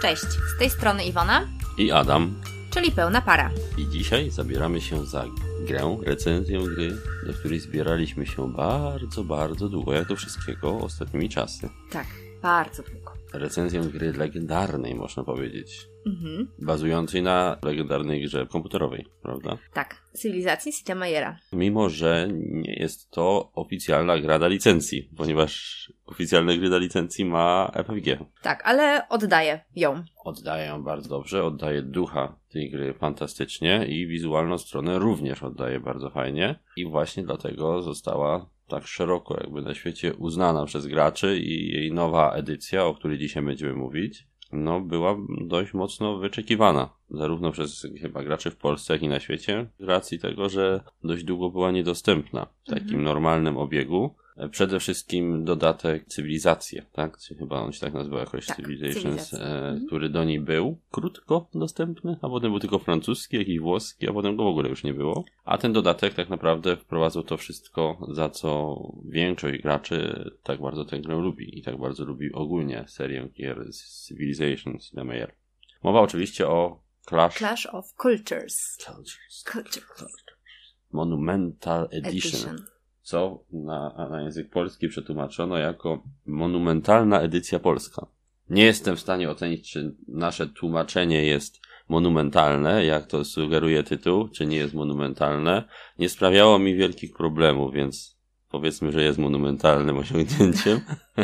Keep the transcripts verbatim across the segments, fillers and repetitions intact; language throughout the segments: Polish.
Cześć, z tej strony Iwona i Adam, czyli Pełna Para. I dzisiaj zabieramy się za grę, recenzję gry, do której zbieraliśmy się bardzo, bardzo długo, jak do wszystkiego ostatnimi czasy. Tak, bardzo długo. Recenzję gry legendarnej, można powiedzieć. Mhm. Bazującej na legendarnej grze komputerowej, prawda? Tak, Cywilizacji Sid Meier'a. Mimo, że nie jest to oficjalna gra na licencji, ponieważ oficjalne gry na licencji ma F F G. Tak, ale oddaję ją. Oddaję ją bardzo dobrze, oddaje ducha tej gry fantastycznie i wizualną stronę również oddaje bardzo fajnie. I właśnie dlatego została tak szeroko jakby na świecie uznana przez graczy i jej nowa edycja, o której dzisiaj będziemy mówić, no była dość mocno wyczekiwana. Zarówno przez chyba graczy w Polsce, jak i na świecie, z racji tego, że dość długo była niedostępna w takim mhm. normalnym obiegu. Przede wszystkim dodatek Cywilizacje, tak? Czy chyba on się tak nazywał jakoś, tak, Civilizations, e, mhm. który do niej był krótko dostępny, a potem był tylko francuski, jakiś włoski, a potem go w ogóle już nie było. A ten dodatek tak naprawdę wprowadzał to wszystko, za co większość graczy tak bardzo tę grę lubi i tak bardzo lubi ogólnie serię gier Civilizations Sid Meier. Mowa oczywiście o Clash, Clash of Cultures. Cultures. Cultures. Cultures. Monumental Edition. Edition. Co na, na język polski przetłumaczono jako monumentalna edycja polska. Nie jestem w stanie ocenić, czy nasze tłumaczenie jest monumentalne, jak to sugeruje tytuł, czy nie jest monumentalne. Nie sprawiało mi wielkich problemów, więc powiedzmy, że jest monumentalnym osiągnięciem.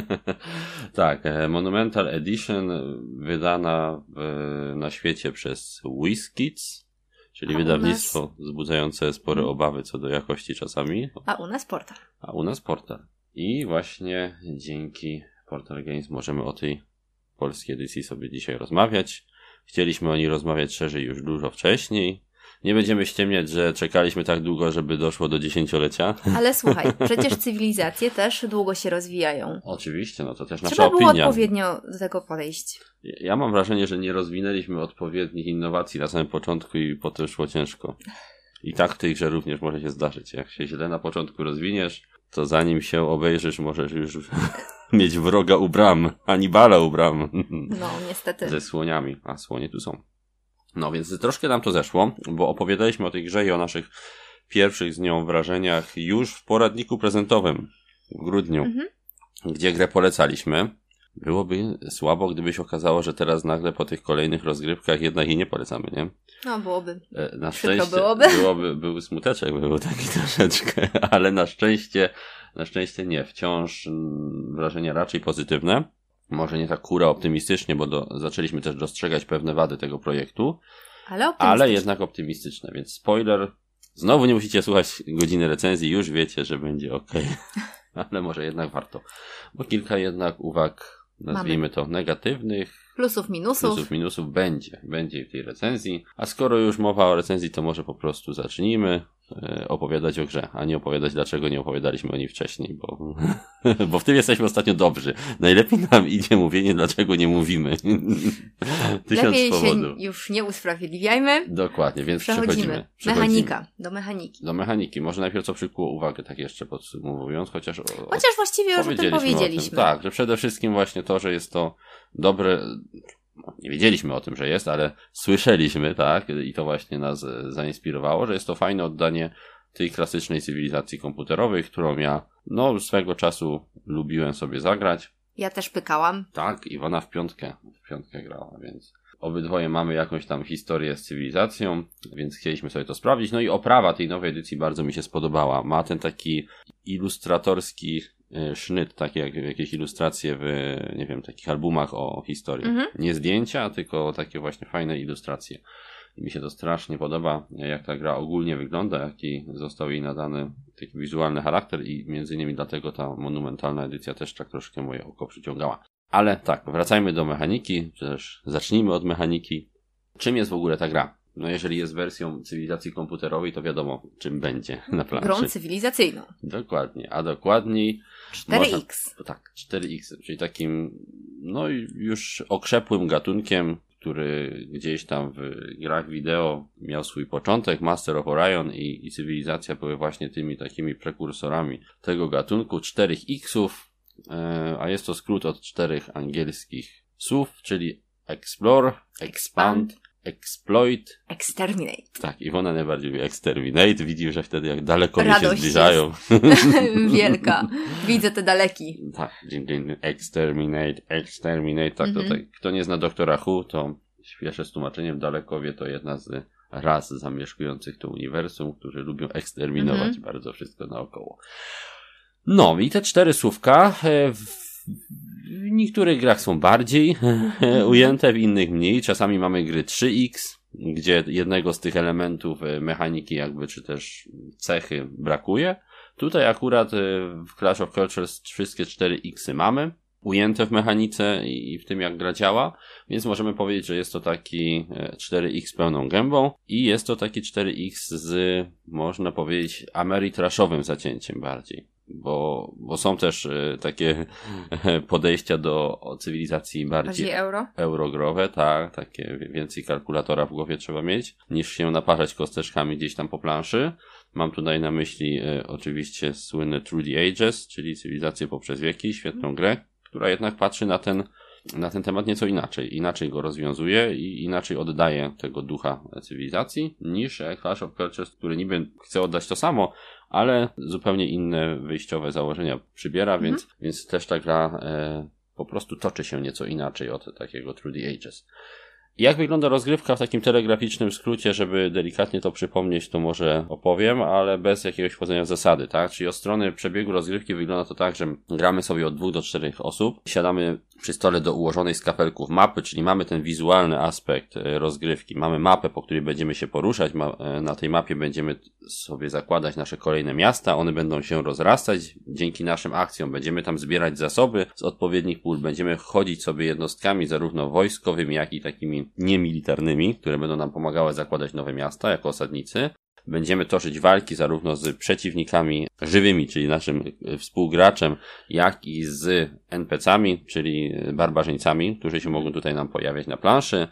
Tak, Monumental Edition wydana w, na świecie przez WizKids, czyli a wydawnictwo nas... wzbudzające spore obawy co do jakości czasami. A u nas Portal. A u nas Portal. I właśnie dzięki Portal Games możemy o tej polskiej edycji sobie dzisiaj rozmawiać. Chcieliśmy o niej rozmawiać szerzej już dużo wcześniej. Nie będziemy ściemniać, że czekaliśmy tak długo, żeby doszło do dziesięciolecia. Ale słuchaj, przecież cywilizacje też długo się rozwijają. Oczywiście, no to też nasza Trzeba opinia. Trzeba było odpowiednio do tego podejść. Ja mam wrażenie, że nie rozwinęliśmy odpowiednich innowacji na samym początku i potem szło ciężko. I tak w tej grze również może się zdarzyć. Jak się źle na początku rozwiniesz, to zanim się obejrzysz, możesz już mieć wroga u bram, Hannibala u bram. No, niestety. Ze słoniami, a słonie tu są. No więc troszkę nam to zeszło, bo opowiadaliśmy o tej grze i o naszych pierwszych z nią wrażeniach już w poradniku prezentowym w grudniu, mhm. gdzie grę polecaliśmy. Byłoby słabo, gdyby się okazało, że teraz nagle po tych kolejnych rozgrywkach jednak jej nie polecamy, nie? No, byłoby. Na szczęście byłoby. byłoby, były smuteczek, był taki troszeczkę, ale na szczęście, na szczęście nie. Wciąż wrażenia raczej pozytywne. Może nie tak hura optymistycznie, bo do, zaczęliśmy też dostrzegać pewne wady tego projektu, ale, ale jednak optymistyczne, więc spoiler, znowu nie musicie słuchać godziny recenzji, już wiecie, że będzie ok, ale może jednak warto, bo kilka jednak uwag, nazwijmy Mamy. to negatywnych, plusów, minusów, plusów, minusów będzie, będzie w tej recenzji, a skoro już mowa o recenzji, to może po prostu zacznijmy e, opowiadać o grze, a nie opowiadać, dlaczego nie opowiadaliśmy o niej wcześniej, bo, bo w tym jesteśmy ostatnio dobrzy. Najlepiej nam idzie mówienie, dlaczego nie mówimy. Tysiąc Lepiej powodów. się już nie usprawiedliwiajmy. Dokładnie, więc przechodzimy. przechodzimy. przechodzimy. Mechanika, do mechaniki. Do mechaniki. Może najpierw co przykuło uwagę, tak jeszcze podsumowując, chociaż... O, chociaż właściwie już o tym powiedzieliśmy. O tym. Tak, że przede wszystkim właśnie to, że jest to dobre... No, nie wiedzieliśmy o tym, że jest, ale słyszeliśmy, tak, i to właśnie nas zainspirowało, że jest to fajne oddanie tej klasycznej cywilizacji komputerowej, którą ja, no, swego czasu lubiłem sobie zagrać. Ja też pykałam. Tak, Iwona w piątkę, w piątkę grała, więc obydwoje mamy jakąś tam historię z cywilizacją, więc chcieliśmy sobie to sprawdzić. No i oprawa tej nowej edycji bardzo mi się spodobała. Ma ten taki ilustratorski sznyt, takie jak jakieś ilustracje w, nie wiem, takich albumach o historii. Mhm. Nie zdjęcia, tylko takie właśnie fajne ilustracje. I mi się to strasznie podoba, jak ta gra ogólnie wygląda, jaki został jej nadany taki wizualny charakter i między innymi dlatego ta monumentalna edycja też tak troszkę moje oko przyciągała. Ale tak, wracajmy do mechaniki, czy też zacznijmy od mechaniki. Czym jest w ogóle ta gra? No jeżeli jest wersją cywilizacji komputerowej, to wiadomo, czym będzie na planszy. Grą cywilizacyjną. Dokładnie, a dokładniej... cztery X. Można, tak, cztery X, czyli takim, no już okrzepłym gatunkiem, który gdzieś tam w grach wideo miał swój początek. Master of Orion i, i Cywilizacja były właśnie tymi takimi prekursorami tego gatunku. czterech Xów, e, a jest to skrót od czterech angielskich słów, czyli Explore, Expand, Exploit. Exterminate. Tak, Iwona najbardziej lubi Exterminate. Widzisz, że wtedy jak daleko mi się Radość zbliżają. Wielka. Widzę te daleki. Tak, Exterminate, Exterminate. Tak, Mhm. to tak. Kto nie zna doktora Who, to śpieszę z tłumaczeniem. Dalekowie to jedna z ras zamieszkujących to uniwersum, którzy lubią eksterminować Mhm. bardzo wszystko naokoło. No i te cztery słówka e, w, w niektórych grach są bardziej ujęte, w innych mniej. Czasami mamy gry trzy X, gdzie jednego z tych elementów e, mechaniki jakby, czy też cechy brakuje. Tutaj akurat e, w Clash of Cultures wszystkie cztery Xy mamy ujęte w mechanice i w tym, jak gra działa, więc możemy powiedzieć, że jest to taki cztery X pełną gębą i jest to taki cztery X z, można powiedzieć, ameritraszowym zacięciem bardziej, bo, bo są też e, takie podejścia do cywilizacji bardziej, Bardziej euro? eurogrowe, tak, takie więcej kalkulatora w głowie trzeba mieć, niż się naparzać kosteczkami gdzieś tam po planszy. Mam tutaj na myśli e, oczywiście słynne Through the Ages, czyli Cywilizację poprzez wieki, świetną grę, która jednak patrzy na ten, na ten temat nieco inaczej. Inaczej go rozwiązuje i inaczej oddaje tego ducha cywilizacji niż Clash of Cultures, który niby chce oddać to samo, ale zupełnie inne wyjściowe założenia przybiera, mhm. więc, więc też ta gra e, po prostu toczy się nieco inaczej od takiego Through the Ages. Jak wygląda rozgrywka w takim telegraficznym skrócie, żeby delikatnie to przypomnieć, to może opowiem, ale bez jakiegoś wchodzenia w zasady, tak? Czyli od strony przebiegu rozgrywki wygląda to tak, że gramy sobie od dwóch do czterech osób, siadamy przy stole do ułożonej z kapelków mapy, czyli mamy ten wizualny aspekt rozgrywki, mamy mapę, po której będziemy się poruszać, na tej mapie będziemy sobie zakładać nasze kolejne miasta, one będą się rozrastać, dzięki naszym akcjom będziemy tam zbierać zasoby z odpowiednich pól, będziemy chodzić sobie jednostkami zarówno wojskowymi, jak i takimi niemilitarnymi, które będą nam pomagały zakładać nowe miasta jako osadnicy. Będziemy toczyć walki zarówno z przeciwnikami żywymi, czyli naszym współgraczem, jak i z en pe ce ami, czyli barbarzyńcami, którzy się mogą tutaj nam pojawiać na planszy.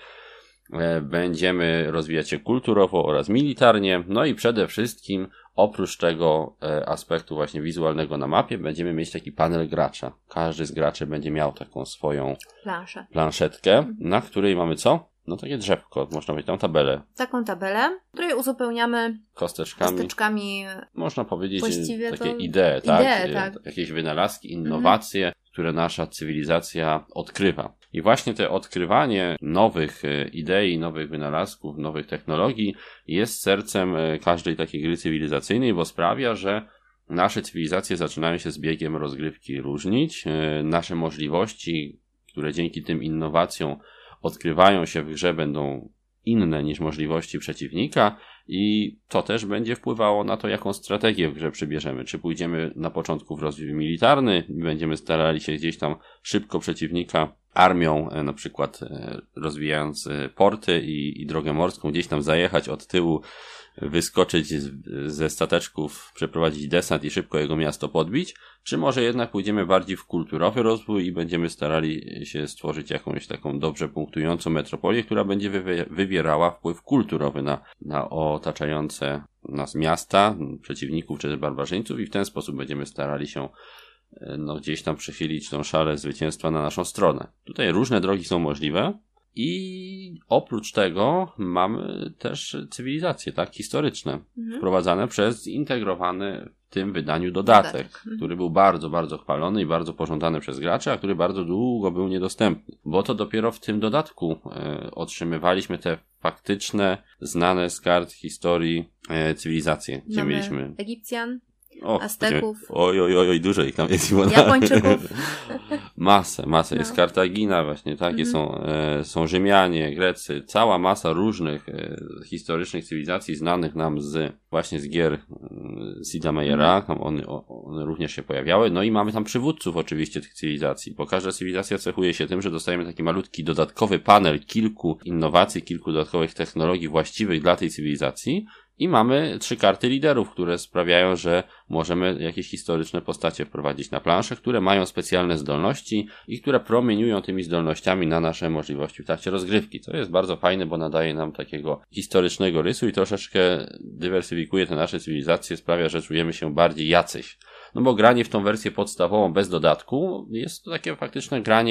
Będziemy rozwijać się kulturowo oraz militarnie, no i przede wszystkim oprócz tego aspektu właśnie wizualnego na mapie będziemy mieć taki panel gracza. Każdy z graczy będzie miał taką swoją Planszę. planszetkę, na której mamy co? No takie drzewko, można powiedzieć, tam tabelę. Taką tabelę, której uzupełniamy Kosteczkami. kosteczkami. Można powiedzieć Właściwie takie to... idee, tak? Idee, tak? Jakieś wynalazki, innowacje, mhm. które nasza cywilizacja odkrywa. I właśnie te odkrywanie nowych idei, nowych wynalazków, nowych technologii jest sercem każdej takiej gry cywilizacyjnej, bo sprawia, że nasze cywilizacje zaczynają się z biegiem rozgrywki różnić. Nasze możliwości, które dzięki tym innowacjom odkrywają się w grze, będą inne niż możliwości przeciwnika i to też będzie wpływało na to, jaką strategię w grze przybierzemy. Czy pójdziemy na początku w rozwój militarny i będziemy starali się gdzieś tam szybko przeciwnika armią, na przykład rozwijając porty i, i drogę morską, gdzieś tam zajechać od tyłu, wyskoczyć z, ze stateczków, przeprowadzić desant i szybko jego miasto podbić, czy może jednak pójdziemy bardziej w kulturowy rozwój i będziemy starali się stworzyć jakąś taką dobrze punktującą metropolię, która będzie wywie- wywierała wpływ kulturowy na, na otaczające nas miasta, przeciwników czy też barbarzyńców i w ten sposób będziemy starali się no, gdzieś tam przechylić tą szalę zwycięstwa na naszą stronę. Tutaj różne drogi są możliwe. I oprócz tego mamy też cywilizacje, tak, historyczne, mhm. wprowadzane przez zintegrowany w tym wydaniu dodatek, dodatek. który był bardzo, bardzo chwalony i bardzo pożądany przez graczy, a który bardzo długo był niedostępny. Bo to dopiero w tym dodatku e, otrzymywaliśmy te faktyczne, znane z kart historii e, cywilizacje, gdzie mamy mieliśmy Egipcjan, O, Azteków, oj, oj, oj, oj, dużo ich tam jest. Japończyków. masę, masę. No. Jest Kartagina właśnie, takie mhm. są, e, są Rzymianie, Grecy, cała masa różnych e, historycznych cywilizacji znanych nam z właśnie z gier e, Sida Meiera, tam one, one również się pojawiały. No i mamy tam przywódców oczywiście tych cywilizacji, bo każda cywilizacja cechuje się tym, że dostajemy taki malutki dodatkowy panel kilku innowacji, kilku dodatkowych technologii właściwych dla tej cywilizacji. I mamy trzy karty liderów, które sprawiają, że możemy jakieś historyczne postacie wprowadzić na planszę, które mają specjalne zdolności i które promieniują tymi zdolnościami na nasze możliwości w trakcie rozgrywki. To jest bardzo fajne, bo nadaje nam takiego historycznego rysu i troszeczkę dywersyfikuje te nasze cywilizacje, sprawia, że czujemy się bardziej jacyś. No bo granie w tą wersję podstawową bez dodatku jest to takie faktyczne granie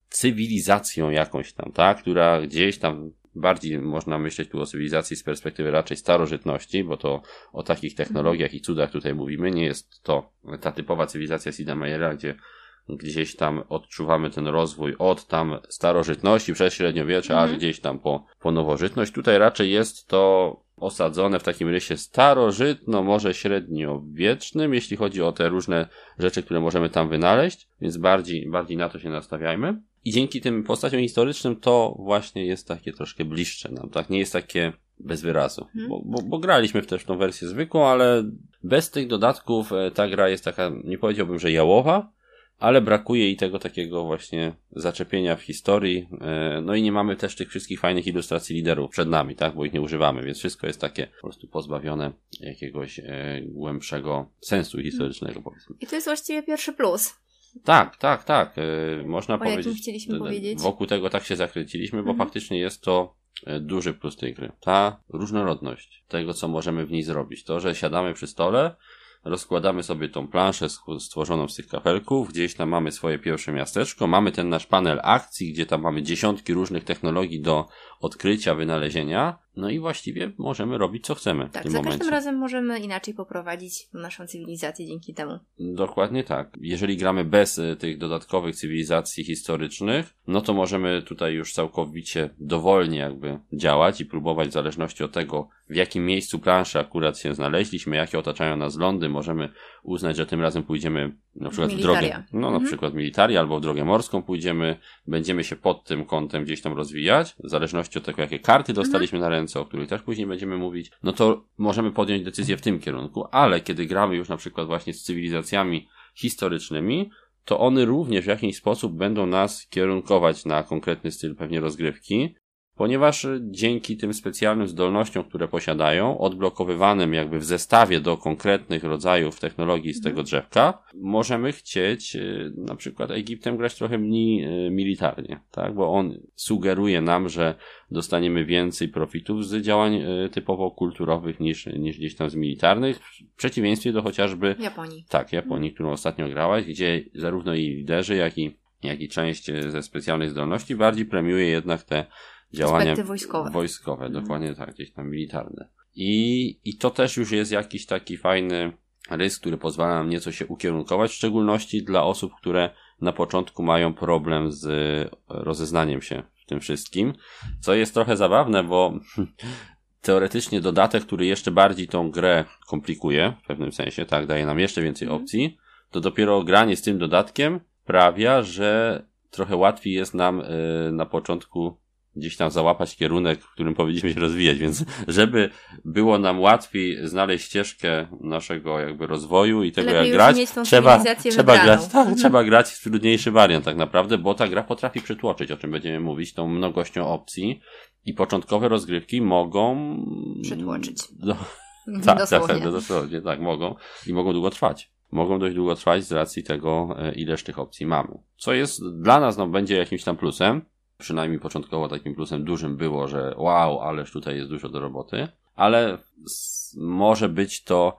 cywilizacją jakąś tam, tak, która gdzieś tam bardziej można myśleć tu o cywilizacji z perspektywy raczej starożytności, bo to o takich technologiach i cudach tutaj mówimy. Nie jest to ta typowa cywilizacja Sida Meiera, gdzie gdzieś tam odczuwamy ten rozwój od tam starożytności przez średniowiecze, mhm. aż gdzieś tam po, po nowożytność. Tutaj raczej jest to osadzone w takim rysie starożytno, może średniowiecznym, jeśli chodzi o te różne rzeczy, które możemy tam wynaleźć, więc bardziej, bardziej na to się nastawiajmy. I dzięki tym postaciom historycznym to właśnie jest takie troszkę bliższe nam, tak? Nie jest takie bez wyrazu, hmm. bo, bo, bo graliśmy w też tą wersję zwykłą, ale bez tych dodatków ta gra jest taka, nie powiedziałbym, że jałowa, ale brakuje jej tego takiego właśnie zaczepienia w historii, no i nie mamy też tych wszystkich fajnych ilustracji liderów przed nami, tak, bo ich nie używamy, więc wszystko jest takie po prostu pozbawione jakiegoś e, głębszego sensu historycznego, powiedzmy. I to jest właściwie pierwszy plus. Tak, tak, tak, e, można o powiedzieć. jakim chcieliśmy d- powiedzieć? Wokół tego tak się zakręciliśmy, bo mhm. faktycznie jest to duży plus tej gry. Ta różnorodność tego, co możemy w niej zrobić. To, że siadamy przy stole, rozkładamy sobie tą planszę stworzoną z tych kafelków, gdzieś tam mamy swoje pierwsze miasteczko, mamy ten nasz panel akcji, gdzie tam mamy dziesiątki różnych technologii do odkrycia, wynalezienia, no i właściwie możemy robić co chcemy tak, w tym za momencie. każdym razem możemy inaczej poprowadzić naszą cywilizację dzięki temu. Dokładnie tak. Jeżeli gramy bez y, tych dodatkowych cywilizacji historycznych, no to możemy tutaj już całkowicie dowolnie jakby działać i próbować w zależności od tego, w jakim miejscu planszy akurat się znaleźliśmy, jakie otaczają nas lądy, możemy uznać, że tym razem pójdziemy na przykład w drogę, no mhm. na przykład militaria albo w drogę morską pójdziemy, będziemy się pod tym kątem gdzieś tam rozwijać, w zależności od tego, jakie karty dostaliśmy mhm. na ręce, o których też później będziemy mówić, no to możemy podjąć decyzję w tym kierunku, ale kiedy gramy już na przykład właśnie z cywilizacjami historycznymi, to one również w jakiś sposób będą nas kierunkować na konkretny styl pewnie rozgrywki, ponieważ dzięki tym specjalnym zdolnościom, które posiadają, odblokowywanym jakby w zestawie do konkretnych rodzajów technologii z tego drzewka, możemy chcieć na przykład Egiptem grać trochę mniej militarnie, tak? Bo on sugeruje nam, że dostaniemy więcej profitów z działań typowo kulturowych niż, niż gdzieś tam z militarnych, w przeciwieństwie do chociażby Japonii. Tak, Japonii, którą ostatnio grałaś, gdzie zarówno i liderzy, jak i, jak i część ze specjalnych zdolności bardziej premiuje jednak te działania wojskowe. wojskowe, mhm. dokładnie tak, gdzieś tam militarne. I, I to też już jest jakiś taki fajny rys, który pozwala nam nieco się ukierunkować, w szczególności dla osób, które na początku mają problem z rozeznaniem się w tym wszystkim, co jest trochę zabawne, bo teoretycznie dodatek, który jeszcze bardziej tą grę komplikuje, w pewnym sensie, tak, daje nam jeszcze więcej mhm. opcji, to dopiero granie z tym dodatkiem sprawia, że trochę łatwiej jest nam y, na początku gdzieś tam załapać kierunek, w którym powinniśmy się rozwijać, więc żeby było nam łatwiej znaleźć ścieżkę naszego jakby rozwoju i tego, lepiej jak grać, trzeba, trzeba grać, tak, mhm. trzeba grać w trudniejszy wariant tak naprawdę, bo ta gra potrafi przytłoczyć, o czym będziemy mówić, tą mnogością opcji i początkowe rozgrywki mogą przytłoczyć. Do, tak, dosłownie. Tak, dosłownie, tak, mogą i mogą długo trwać. Mogą dość długo trwać z racji tego, ileż tych opcji mamy. Co jest dla nas, no, będzie jakimś tam plusem. Przynajmniej początkowo takim plusem dużym było, że wow, ależ tutaj jest dużo do roboty, ale s- może być to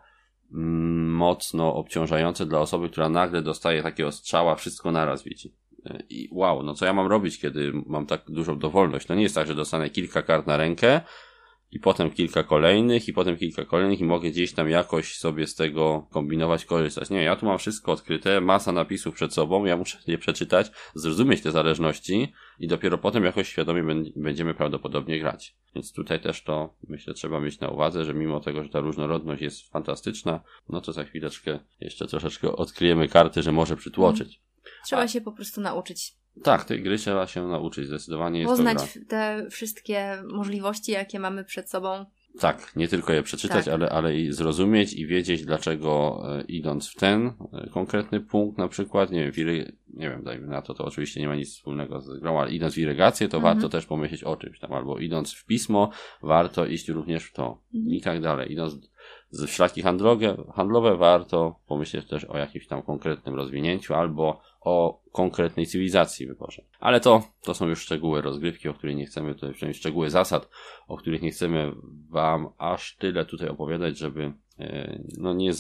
mm, mocno obciążające dla osoby, która nagle dostaje takiego strzała, wszystko naraz widzi. I wow, no co ja mam robić, kiedy mam tak dużą dowolność? No nie jest tak, że dostanę kilka kart na rękę i potem kilka kolejnych i potem kilka kolejnych i mogę gdzieś tam jakoś sobie z tego kombinować, korzystać. Nie, ja tu mam wszystko odkryte, masa napisów przed sobą, ja muszę je przeczytać, zrozumieć te zależności i dopiero potem jakoś świadomie będziemy prawdopodobnie grać. Więc tutaj też to, myślę, trzeba mieć na uwadze, że mimo tego, że ta różnorodność jest fantastyczna, no to za chwileczkę jeszcze troszeczkę odkryjemy karty, że może przytłoczyć. Trzeba A... się po prostu nauczyć. Tak, tej gry trzeba się nauczyć, zdecydowanie jest poznać to gra. te wszystkie możliwości, jakie mamy przed sobą. Tak, nie tylko je przeczytać, tak. ale, ale i zrozumieć i wiedzieć, dlaczego e, idąc w ten e, konkretny punkt na przykład, nie wiem, w iry, nie wiem, dajmy na to, to oczywiście nie ma nic wspólnego z grą, ale idąc w irygację, to mhm. warto też pomyśleć o czymś tam, albo idąc w pismo, warto iść również w to mhm. i tak dalej. Idąc w szlaki handlowe, handlowe, warto pomyśleć też o jakimś tam konkretnym rozwinięciu, albo o konkretnej cywilizacji wyborze. Ale to, to są już szczegóły rozgrywki, o których nie chcemy tutaj, przynajmniej szczegóły zasad, o których nie chcemy wam aż tyle tutaj opowiadać, żeby e, no nie za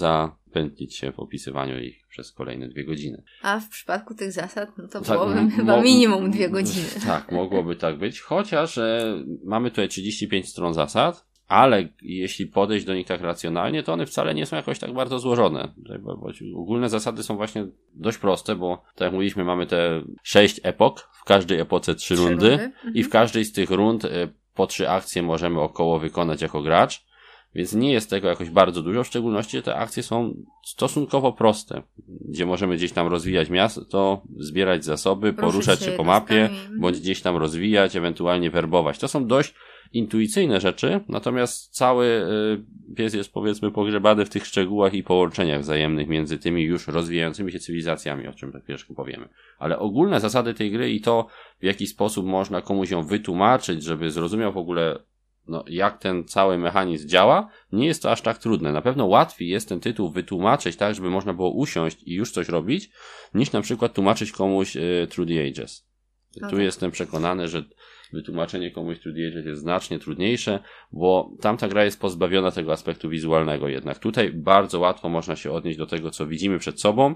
pętlić się w opisywaniu ich przez kolejne dwie godziny. A w przypadku tych zasad, no to tak, byłoby m- chyba minimum dwie godziny. Tak, mogłoby tak być, chociaż e, mamy tutaj trzydzieści pięć stron zasad, ale jeśli podejść do nich tak racjonalnie, to one wcale nie są jakoś tak bardzo złożone. Bo, bo ogólne zasady są właśnie dość proste, bo tak jak mówiliśmy, mamy te sześć epok, w każdej epoce trzy, trzy rundy, rundy. Mhm. I w każdej z tych rund e, po trzy akcje możemy około wykonać jako gracz. Więc nie jest tego jakoś bardzo dużo, w szczególności, że te akcje są stosunkowo proste, gdzie możemy gdzieś tam rozwijać miasto, zbierać zasoby, Ruszyć poruszać się, się po mapie, kostami. Bądź gdzieś tam rozwijać, ewentualnie werbować. To są dość intuicyjne rzeczy, natomiast cały y, pies jest powiedzmy pogrzebany w tych szczegółach i połączeniach wzajemnych między tymi już rozwijającymi się cywilizacjami, o czym za chwileczkę powiemy. Ale ogólne zasady tej gry i to, w jaki sposób można komuś ją wytłumaczyć, żeby zrozumiał w ogóle no, jak ten cały mechanizm działa, nie jest to aż tak trudne. Na pewno łatwiej jest ten tytuł wytłumaczyć tak, żeby można było usiąść i już coś robić, niż na przykład tłumaczyć komuś y, Through the Ages. Okay. Tu jestem przekonany, że wytłumaczenie komuś Through the Ages jest znacznie trudniejsze, bo tamta gra jest pozbawiona tego aspektu wizualnego jednak. Tutaj bardzo łatwo można się odnieść do tego, co widzimy przed sobą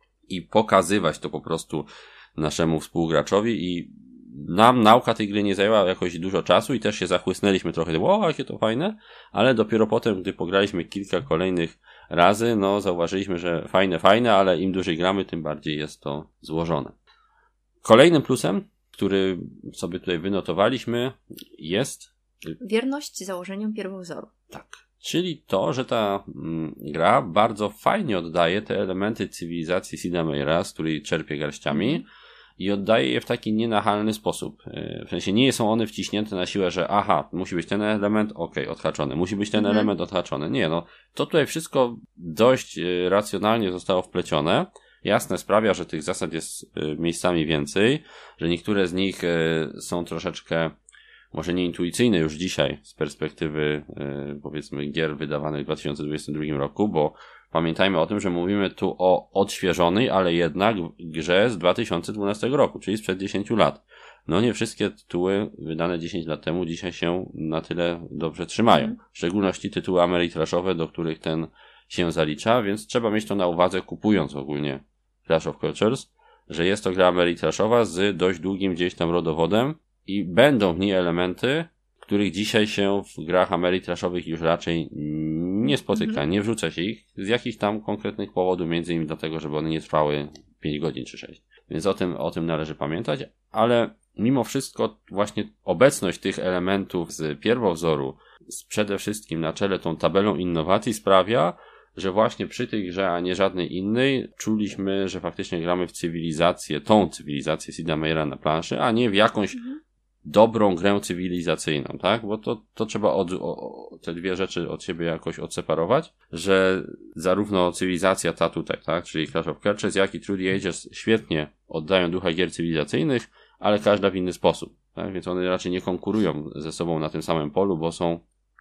i pokazywać to po prostu naszemu współgraczowi i nam nauka tej gry nie zajęła jakoś dużo czasu i też się zachłysnęliśmy trochę, o, jakie to fajne, ale dopiero potem, gdy pograliśmy kilka kolejnych razy, no zauważyliśmy, że fajne, fajne, ale im dłużej gramy, tym bardziej jest to złożone. Kolejnym plusem, który sobie tutaj wynotowaliśmy, jest wierność założeniom pierwowzoru. Tak. Czyli to, że ta mm, gra bardzo fajnie oddaje te elementy cywilizacji Sida Meira, z której czerpie garściami, i oddaje je w taki nienachalny sposób. W sensie nie są one wciśnięte na siłę, że aha, musi być ten element, okej, okay, odhaczony. Musi być ten mhm. element odhaczony. Nie, no, to tutaj wszystko dość racjonalnie zostało wplecione. Jasne, sprawia, że tych zasad jest miejscami więcej, że niektóre z nich są troszeczkę może nieintuicyjne już dzisiaj z perspektywy powiedzmy gier wydawanych w dwa tysiące dwudziestym drugim roku, bo pamiętajmy o tym, że mówimy tu o odświeżonej, ale jednak grze z dwa tysiące dwunastego roku, czyli sprzed dziesięciu lat. No nie wszystkie tytuły wydane dziesięć lat temu dzisiaj się na tyle dobrze trzymają. Mm. W szczególności tytuły Ameritrashowe, do których ten się zalicza, więc trzeba mieć to na uwadze, kupując ogólnie Clash of Cultures, że jest to gra Ameritrashowa z dość długim gdzieś tam rodowodem i będą w niej elementy, których dzisiaj się w grach Ameritrashowych już raczej nie spotyka, mm-hmm. nie wrzuca się ich z jakichś tam konkretnych powodów, między innymi dlatego, żeby one nie trwały pięć godzin czy sześć. Więc o tym, o tym należy pamiętać, ale mimo wszystko właśnie obecność tych elementów z pierwowzoru, z przede wszystkim na czele tą tabelą innowacji sprawia, że właśnie przy tej grze, a nie żadnej innej, czuliśmy, że faktycznie gramy w cywilizację, tą cywilizację Sida Meira na planszy, a nie w jakąś mm-hmm. dobrą grę cywilizacyjną, tak? Bo to, to trzeba od, o, te dwie rzeczy od siebie jakoś odseparować, że zarówno cywilizacja ta tutaj, tak? Czyli Clash of Cultures, jak i Through the Ages świetnie oddają ducha gier cywilizacyjnych, ale każda w inny sposób, tak? Więc one raczej nie konkurują ze sobą na tym samym polu, bo są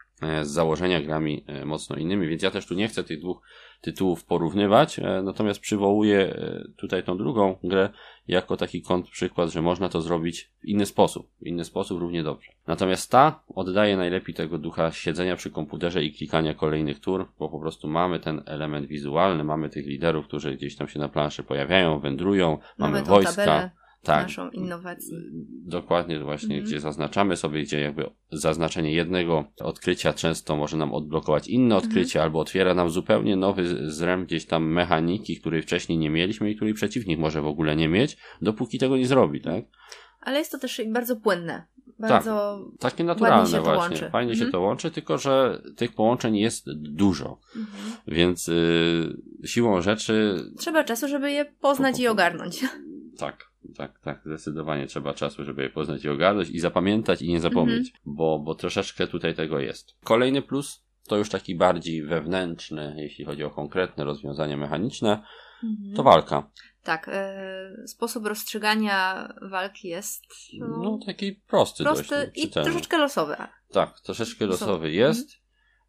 z założenia grami mocno innymi, więc ja też tu nie chcę tych dwóch tytułów porównywać, natomiast przywołuję tutaj tą drugą grę jako taki kontrprzykład, że można to zrobić w inny sposób, w inny sposób równie dobrze. Natomiast ta oddaje najlepiej tego ducha siedzenia przy komputerze i klikania kolejnych tur, bo po prostu mamy ten element wizualny, mamy tych liderów, którzy gdzieś tam się na planszy pojawiają, wędrują, mamy, mamy wojska. Tabelę. Tak, naszą innowację. Dokładnie właśnie, mm-hmm. gdzie zaznaczamy sobie, gdzie jakby zaznaczenie jednego odkrycia często może nam odblokować inne odkrycie, mm-hmm. albo otwiera nam zupełnie nowy zręb gdzieś tam mechaniki, której wcześniej nie mieliśmy i której przeciwnik może w ogóle nie mieć, dopóki tego nie zrobi, tak? Ale jest to też bardzo płynne. Bardzo tak, takie naturalne się właśnie. Łączy. Fajnie mm-hmm. się to łączy, tylko że tych połączeń jest dużo. Mm-hmm. Więc y, siłą rzeczy... Trzeba czasu, żeby je poznać po, po, i ogarnąć. Tak. Tak, tak, zdecydowanie trzeba czasu, żeby je poznać i ogarnąć i zapamiętać i nie zapomnieć, mm-hmm. bo, bo troszeczkę tutaj tego jest. Kolejny plus to już taki bardziej wewnętrzny, jeśli chodzi o konkretne rozwiązania mechaniczne, mm-hmm. to walka. Tak, y, sposób rozstrzygania walki jest no, no taki prosty, prosty dość, i troszeczkę losowy. Tak, troszeczkę losowy jest, mm-hmm.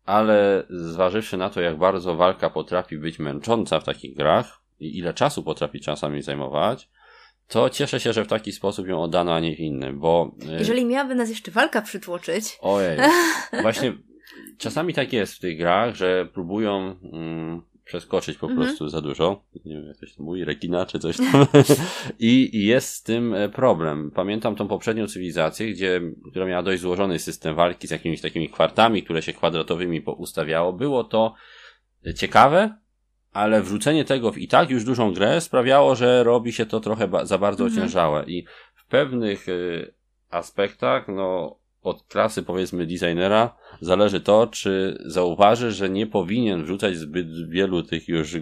ale zważywszy na to, jak bardzo walka potrafi być męcząca w takich grach i ile czasu potrafi czasami zajmować, to cieszę się, że w taki sposób ją oddano, a nie w innym, bo... Jeżeli miałaby nas jeszcze walka przytłoczyć... Ojej, właśnie czasami tak jest w tych grach, że próbują mm, przeskoczyć po mhm. prostu za dużo. Nie wiem, jak to się mówi, rekina czy coś tam. I, I jest z tym problem. Pamiętam tą poprzednią cywilizację, gdzie, która miała dość złożony system walki z jakimiś takimi kwartami, które się kwadratowymi ustawiało. Było to ciekawe, ale wrzucenie tego w i tak już dużą grę sprawiało, że robi się to trochę ba- za bardzo mhm. ociężałe. I w pewnych y, aspektach, no, od klasy, powiedzmy, designera zależy to, czy zauważy, że nie powinien wrzucać zbyt wielu tych już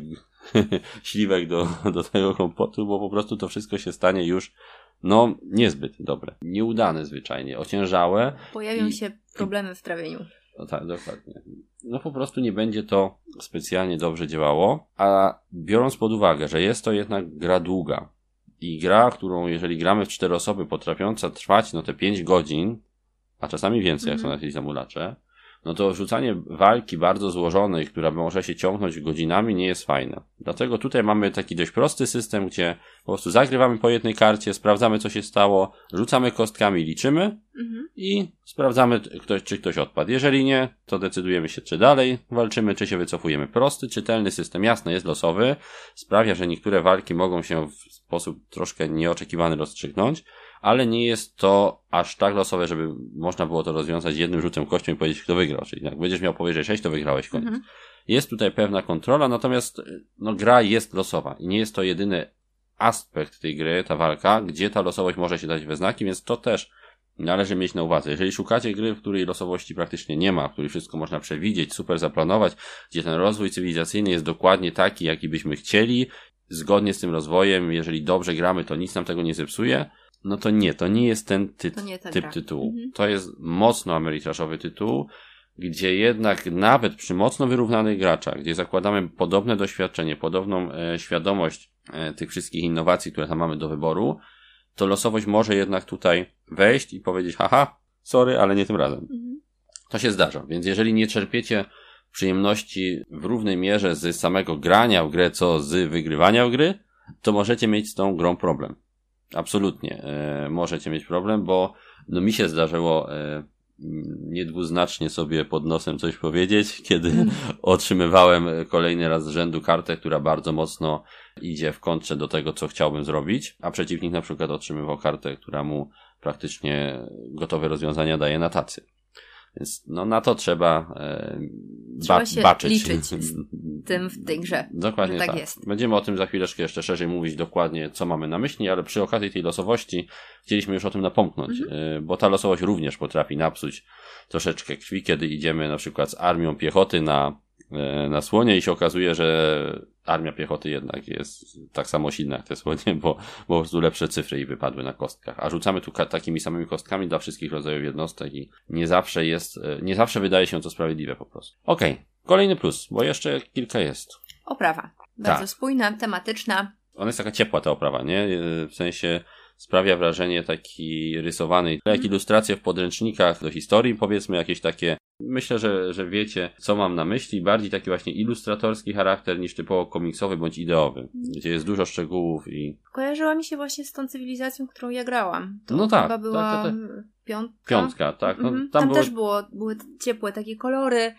śliwek do, do tego kompotu, bo po prostu to wszystko się stanie już, no, niezbyt dobre. Nieudane zwyczajnie, ociężałe. Pojawią i, się problemy w trawieniu. No tak, dokładnie. No po prostu nie będzie to specjalnie dobrze działało, a biorąc pod uwagę, że jest to jednak gra długa i gra, którą jeżeli gramy w cztery osoby, potrafiąca trwać no te pięć godzin, a czasami więcej, mm. jak są na jakieś zamulacze, no to rzucanie walki bardzo złożonej, która może się ciągnąć godzinami, nie jest fajne. Dlatego tutaj mamy taki dość prosty system, gdzie po prostu zagrywamy po jednej karcie, sprawdzamy, co się stało, rzucamy kostkami, liczymy mm-hmm. i sprawdzamy, ktoś, czy ktoś odpadł. Jeżeli nie, to decydujemy się, czy dalej walczymy, czy się wycofujemy. Prosty, czytelny system, jasne, jest losowy, sprawia, że niektóre walki mogą się w sposób troszkę nieoczekiwany rozstrzygnąć, ale nie jest to aż tak losowe, żeby można było to rozwiązać jednym rzutem kością i powiedzieć, kto wygrał. Czyli jak będziesz miał powyżej sześć, to wygrałeś, koniec. Mhm. Jest tutaj pewna kontrola, natomiast no, gra jest losowa i nie jest to jedyny aspekt tej gry, ta walka, gdzie ta losowość może się dać we znaki, więc to też należy mieć na uwadze. Jeżeli szukacie gry, w której losowości praktycznie nie ma, w której wszystko można przewidzieć, super zaplanować, gdzie ten rozwój cywilizacyjny jest dokładnie taki, jaki byśmy chcieli, zgodnie z tym rozwojem, jeżeli dobrze gramy, to nic nam tego nie zepsuje, no to nie, to nie jest ten ty- nie typ gra. tytułu. Mhm. To jest mocno ameritraszowy tytuł, gdzie jednak nawet przy mocno wyrównanych graczach, gdzie zakładamy podobne doświadczenie, podobną e, świadomość e, tych wszystkich innowacji, które tam mamy do wyboru, to losowość może jednak tutaj wejść i powiedzieć, haha, sorry, ale nie tym razem. Mhm. To się zdarza, więc jeżeli nie czerpiecie przyjemności w równej mierze z samego grania w grę, co z wygrywania w gry, to możecie mieć z tą grą problem. Absolutnie. E, możecie mieć problem, bo no mi się zdarzyło e, niedwuznacznie sobie pod nosem coś powiedzieć, kiedy mm. otrzymywałem kolejny raz z rzędu kartę, która bardzo mocno idzie w kontrze do tego, co chciałbym zrobić, a przeciwnik na przykład otrzymywał kartę, która mu praktycznie gotowe rozwiązania daje na tacy. Więc no na to trzeba, e, trzeba ba- się baczyć. liczyć z tym w tej grze. Dokładnie tak. tak jest. Będziemy o tym za chwileczkę jeszcze szerzej mówić dokładnie, co mamy na myśli, ale przy okazji tej losowości chcieliśmy już o tym napomknąć, mhm. bo ta losowość również potrafi napsuć troszeczkę krwi, kiedy idziemy na przykład z armią piechoty na, na słonie i się okazuje, że armia piechoty jednak jest tak samo silna jak te słonie, bo, bo po prostu lepsze cyfry i wypadły na kostkach. A rzucamy tu ka- takimi samymi kostkami dla wszystkich rodzajów jednostek i nie zawsze jest, nie zawsze wydaje się to sprawiedliwe po prostu. Okej, okay. Kolejny plus, bo jeszcze kilka jest. Oprawa. Bardzo tak. spójna, tematyczna. Ona jest taka ciepła ta oprawa, nie? W sensie sprawia wrażenie taki rysowany, jak mm. ilustracje w podręcznikach do historii, powiedzmy jakieś takie. Myślę, że, że wiecie, co mam na myśli. Bardziej taki właśnie ilustratorski charakter niż typowo komiksowy bądź ideowy, mm. gdzie jest dużo szczegółów i... Kojarzyła mi się właśnie z tą cywilizacją, którą ja grałam. To no tak. chyba była tak, tak, tak. piątka. Piątka, tak. No, mm-hmm. Tam, tam było... też było, były ciepłe takie kolory.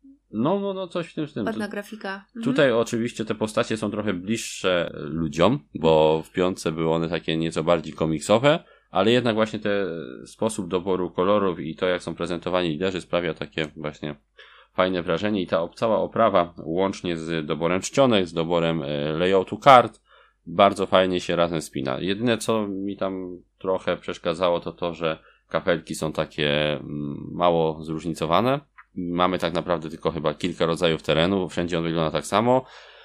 No, no, no, coś w tym w tym. Ładna grafika. Mhm. Tutaj oczywiście te postacie są trochę bliższe ludziom, bo w piątce były one takie nieco bardziej komiksowe, ale jednak właśnie ten sposób doboru kolorów i to, jak są prezentowani liderzy, sprawia takie właśnie fajne wrażenie i ta cała oprawa, łącznie z doborem czcionek, z doborem layoutu kart, bardzo fajnie się razem spina. Jedyne, co mi tam trochę przeszkadzało, to to, że kapelki są takie mało zróżnicowane. Mamy tak naprawdę tylko chyba kilka rodzajów terenu, wszędzie on wygląda tak samo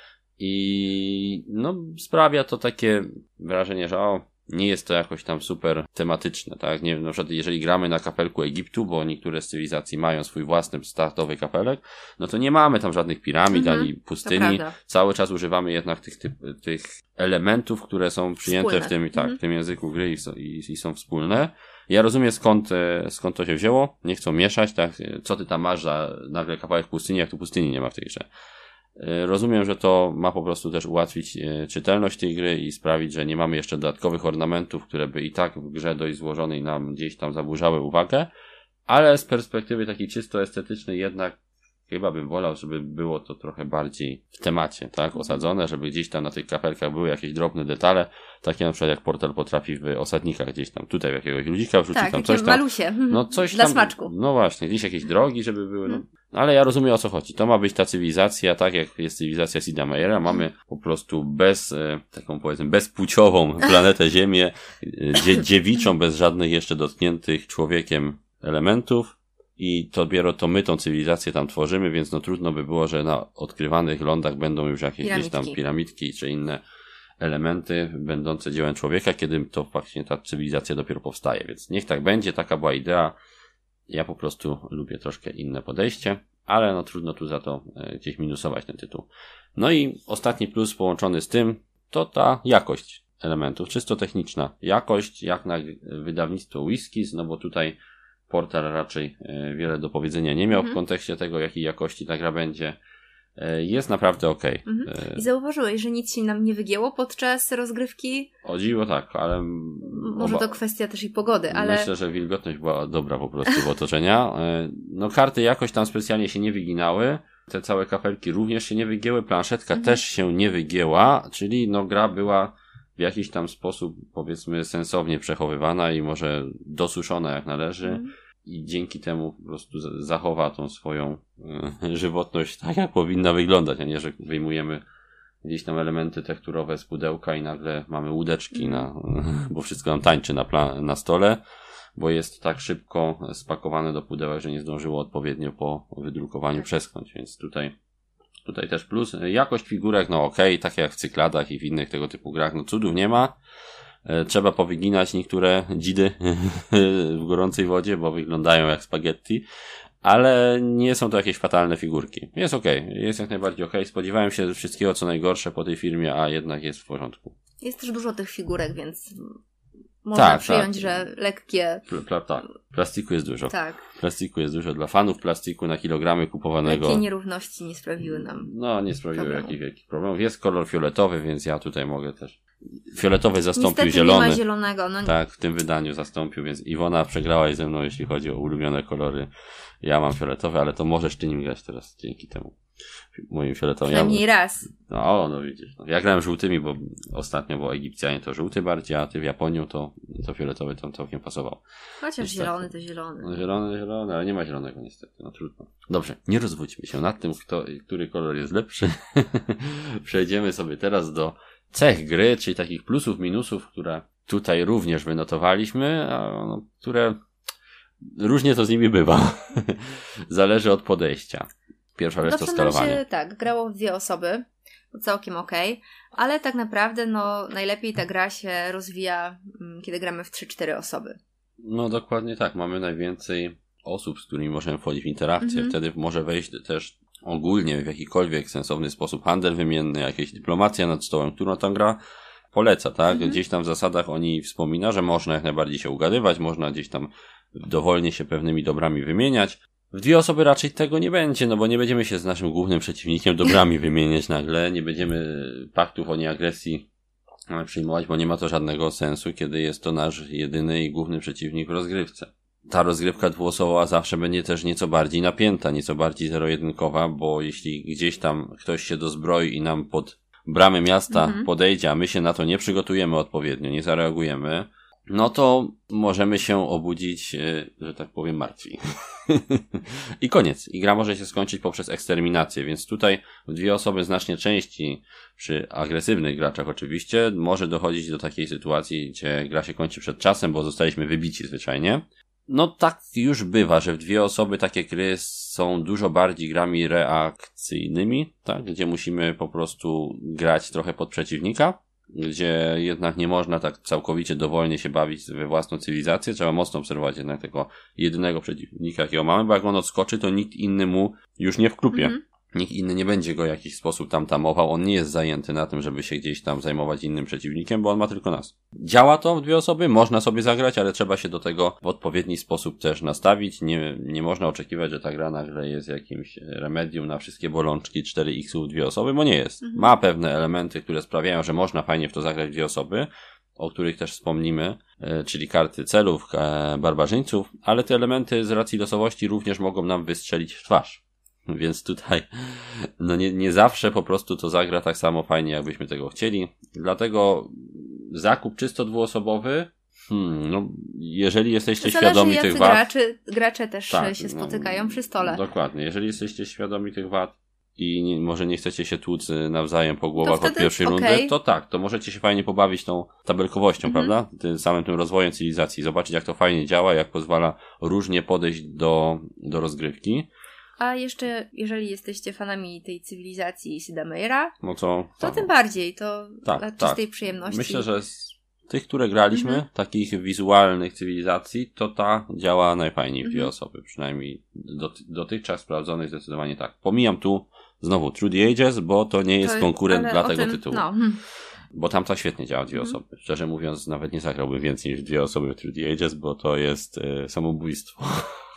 i no sprawia to takie wrażenie, że o, nie jest to jakoś tam super tematyczne, tak? Nie wiem, na przykład jeżeli gramy na kapelku Egiptu, bo niektóre z cywilizacji mają swój własny startowy kapelek, no to nie mamy tam żadnych piramid mm-hmm, ani pustyni. Cały czas używamy jednak tych, tych, tych elementów, które są przyjęte wspólne. w tym, tak, mm-hmm. w tym języku gry i, i, i są wspólne. Ja rozumiem skąd, skąd to się wzięło, nie chcą mieszać, tak, co ty tam masz za nagle kawałek pustyni, jak tu pustyni nie ma w tej grze. Rozumiem, że to ma po prostu też ułatwić czytelność tej gry i sprawić, że nie mamy jeszcze dodatkowych ornamentów, które by i tak w grze dość złożonej nam gdzieś tam zaburzały uwagę, ale z perspektywy takiej czysto estetycznej jednak chyba bym wolał, żeby było to trochę bardziej w temacie, tak, osadzone, żeby gdzieś tam na tych kapelkach były jakieś drobne detale, takie na przykład jak portal potrafi w osadnikach gdzieś tam, tutaj w jakiegoś ludzika wrzucić, tak, tam coś tam. malusie. No coś Dla tam, smaczku. No właśnie, gdzieś jakieś drogi, żeby były, no. Ale ja rozumiem, o co chodzi. To ma być ta cywilizacja, tak jak jest cywilizacja Sida Meiera. Mamy po prostu bez, e, taką powiedzmy, bezpłciową planetę Ziemię, dzie- dziewiczą, bez żadnych jeszcze dotkniętych człowiekiem elementów. I to dopiero to my tą cywilizację tam tworzymy, więc no trudno by było, że na odkrywanych lądach będą już jakieś gdzieś tam piramidki czy inne elementy będące dziełem człowieka, kiedy to właśnie ta cywilizacja dopiero powstaje. Więc niech tak będzie, taka była idea. Ja po prostu lubię troszkę inne podejście, ale no trudno tu za to e, gdzieś minusować ten tytuł. No i ostatni plus połączony z tym, to ta jakość elementów, czysto techniczna. Jakość jak na wydawnictwo Whiskies, no bo tutaj portal raczej e, wiele do powiedzenia nie miał mhm. w kontekście tego, jakiej jakości ta gra będzie. E, jest naprawdę okej. Okay. Mhm. I zauważyłeś, że nic się nam nie wygięło podczas rozgrywki? O dziwo tak, ale... Może oba... to kwestia też i pogody, ale... Myślę, że wilgotność była dobra po prostu w otoczenia. E, no karty jakoś tam specjalnie się nie wyginały. Te całe kapelki również się nie wygięły. Planszetka mhm. też się nie wygięła, czyli no gra była w jakiś tam sposób, powiedzmy, sensownie przechowywana i może dosuszona jak należy. Mhm. I dzięki temu po prostu zachowa tą swoją y, żywotność tak, jak powinna wyglądać, a nie, że wyjmujemy gdzieś tam elementy tekturowe z pudełka i nagle mamy łódeczki, na, bo wszystko nam tańczy na, plan, na stole, bo jest tak szybko spakowane do pudełek, że nie zdążyło odpowiednio po wydrukowaniu przeschnąć, więc tutaj tutaj też plus. Jakość figurek, no okej, okay, tak jak w Cykladach i w innych tego typu grach, no cudów nie ma. Trzeba powyginać niektóre dzidy w gorącej wodzie, bo wyglądają jak spaghetti, ale nie są to jakieś fatalne figurki. Jest okej, okay. Jest jak najbardziej okej. Okay. Spodziewałem się wszystkiego co najgorsze po tej firmie, a jednak jest w porządku. Jest też dużo tych figurek, więc można tak, przyjąć, tak. że lekkie... Pl- pl- tak, plastiku jest dużo. Tak. Plastiku jest dużo. Dla fanów plastiku na kilogramy kupowanego... Jakie nierówności nie sprawiły nam No, nie sprawiły jakichś jakich problemów. Jest kolor fioletowy, więc ja tutaj mogę też... Fioletowy zastąpił Niestety zielony. Nie ma zielonego. No... Tak, w tym wydaniu zastąpił, więc Iwona przegrałaś ze mną, jeśli chodzi o ulubione kolory. Ja mam fioletowy, ale to możesz ty nim grać teraz dzięki temu. Moim fioletowym. Przynajmniej ja... raz. No, no widzisz. No. Ja grałem żółtymi, bo ostatnio, bo Egipcjanie to żółty bardziej, a ty w Japonią to, to fioletowy tam całkiem pasował. Chociaż niestety. Zielony to zielony. No, zielony, zielony, ale nie ma zielonego niestety. No trudno. Dobrze, nie rozwódźmy się nad tym, kto, który kolor jest lepszy. Przejdziemy sobie teraz do cech gry, czyli takich plusów, minusów, które tutaj również wynotowaliśmy, a no, które różnie to z nimi bywa. Zależy od podejścia. Pierwsza rzecz to skalowanie. Się, tak, grało w dwie osoby, to całkiem okej, okay, ale tak naprawdę no najlepiej ta gra się rozwija, kiedy gramy w trzy cztery osoby. No dokładnie tak, mamy najwięcej osób, z którymi możemy wchodzić w interakcję, mm-hmm. wtedy może wejść też ogólnie w jakikolwiek sensowny sposób handel wymienny, jakieś dyplomacja nad stołem, którą ta gra poleca, tak? Mm-hmm. Gdzieś tam w zasadach oni wspomina, że można jak najbardziej się ugadywać, można gdzieś tam dowolnie się pewnymi dobrami wymieniać. W dwie osoby raczej tego nie będzie, no bo nie będziemy się z naszym głównym przeciwnikiem dobrami wymieniać nagle, nie będziemy paktów o nieagresji przyjmować, bo nie ma to żadnego sensu, kiedy jest to nasz jedyny i główny przeciwnik w rozgrywce. Ta rozgrywka dwuosobowa zawsze będzie też nieco bardziej napięta, nieco bardziej zero-jedynkowa, bo jeśli gdzieś tam ktoś się dozbroi i nam pod bramę miasta mhm. podejdzie, a my się na to nie przygotujemy odpowiednio, nie zareagujemy, no to możemy się obudzić, że tak powiem, martwi. I koniec. I gra może się skończyć poprzez eksterminację, więc tutaj w dwie osoby znacznie częściej, przy agresywnych graczach oczywiście, może dochodzić do takiej sytuacji, gdzie gra się kończy przed czasem, bo zostaliśmy wybici zwyczajnie. No tak już bywa, że w dwie osoby takie gry są dużo bardziej grami reakcyjnymi, tak, gdzie musimy po prostu grać trochę pod przeciwnika, gdzie jednak nie można tak całkowicie dowolnie się bawić we własną cywilizację, trzeba mocno obserwować jednak tego jedynego przeciwnika, jakiego mamy, bo jak on odskoczy, to nikt inny mu już nie wklupie. Mm-hmm. Nikt inny nie będzie go w jakiś sposób tam tamował, on nie jest zajęty na tym, żeby się gdzieś tam zajmować innym przeciwnikiem, bo on ma tylko nas. Działa to w dwie osoby, można sobie zagrać, ale trzeba się do tego w odpowiedni sposób też nastawić. Nie, nie można oczekiwać, że ta gra nagle jest jakimś remedium na wszystkie bolączki cztery iks w dwie osoby, bo nie jest. Mhm. Ma pewne elementy, które sprawiają, że można fajnie w to zagrać w dwie osoby, o których też wspomnimy, czyli karty celów, barbarzyńców, ale te elementy z racji losowości również mogą nam wystrzelić w twarz. Więc tutaj no nie, nie zawsze po prostu to zagra tak samo fajnie, jakbyśmy tego chcieli. Dlatego zakup czysto dwuosobowy, hmm, no jeżeli jesteście Zależy, świadomi tych wad... graczy, gracze też tak, się no, spotykają przy stole. Dokładnie. Jeżeli jesteście świadomi tych wad i nie, może nie chcecie się tłuc nawzajem po głowach wtedy, od pierwszej okay. rundy, to tak, to możecie się fajnie pobawić tą tabelkowością, mhm. prawda? Tym samym tym rozwojem cywilizacji. Zobaczyć, jak to fajnie działa, jak pozwala różnie podejść do, do rozgrywki. A jeszcze, jeżeli jesteście fanami tej cywilizacji Sida Meira, no to, to tak. tym bardziej, to tak, dla czystej tak. przyjemności. Myślę, że z tych, które graliśmy, mhm. takich wizualnych cywilizacji, to ta działa najfajniej w dwie mhm. osoby. Przynajmniej do, dotychczas sprawdzonych zdecydowanie tak. Pomijam tu znowu Through the Ages, bo to nie jest to, konkurent dla tego tym, tytułu. No. Bo tam ta świetnie działa dwie mhm. osoby. Szczerze mówiąc, nawet nie zagrałbym więcej niż dwie osoby w Through the Ages, bo to jest e, samobójstwo.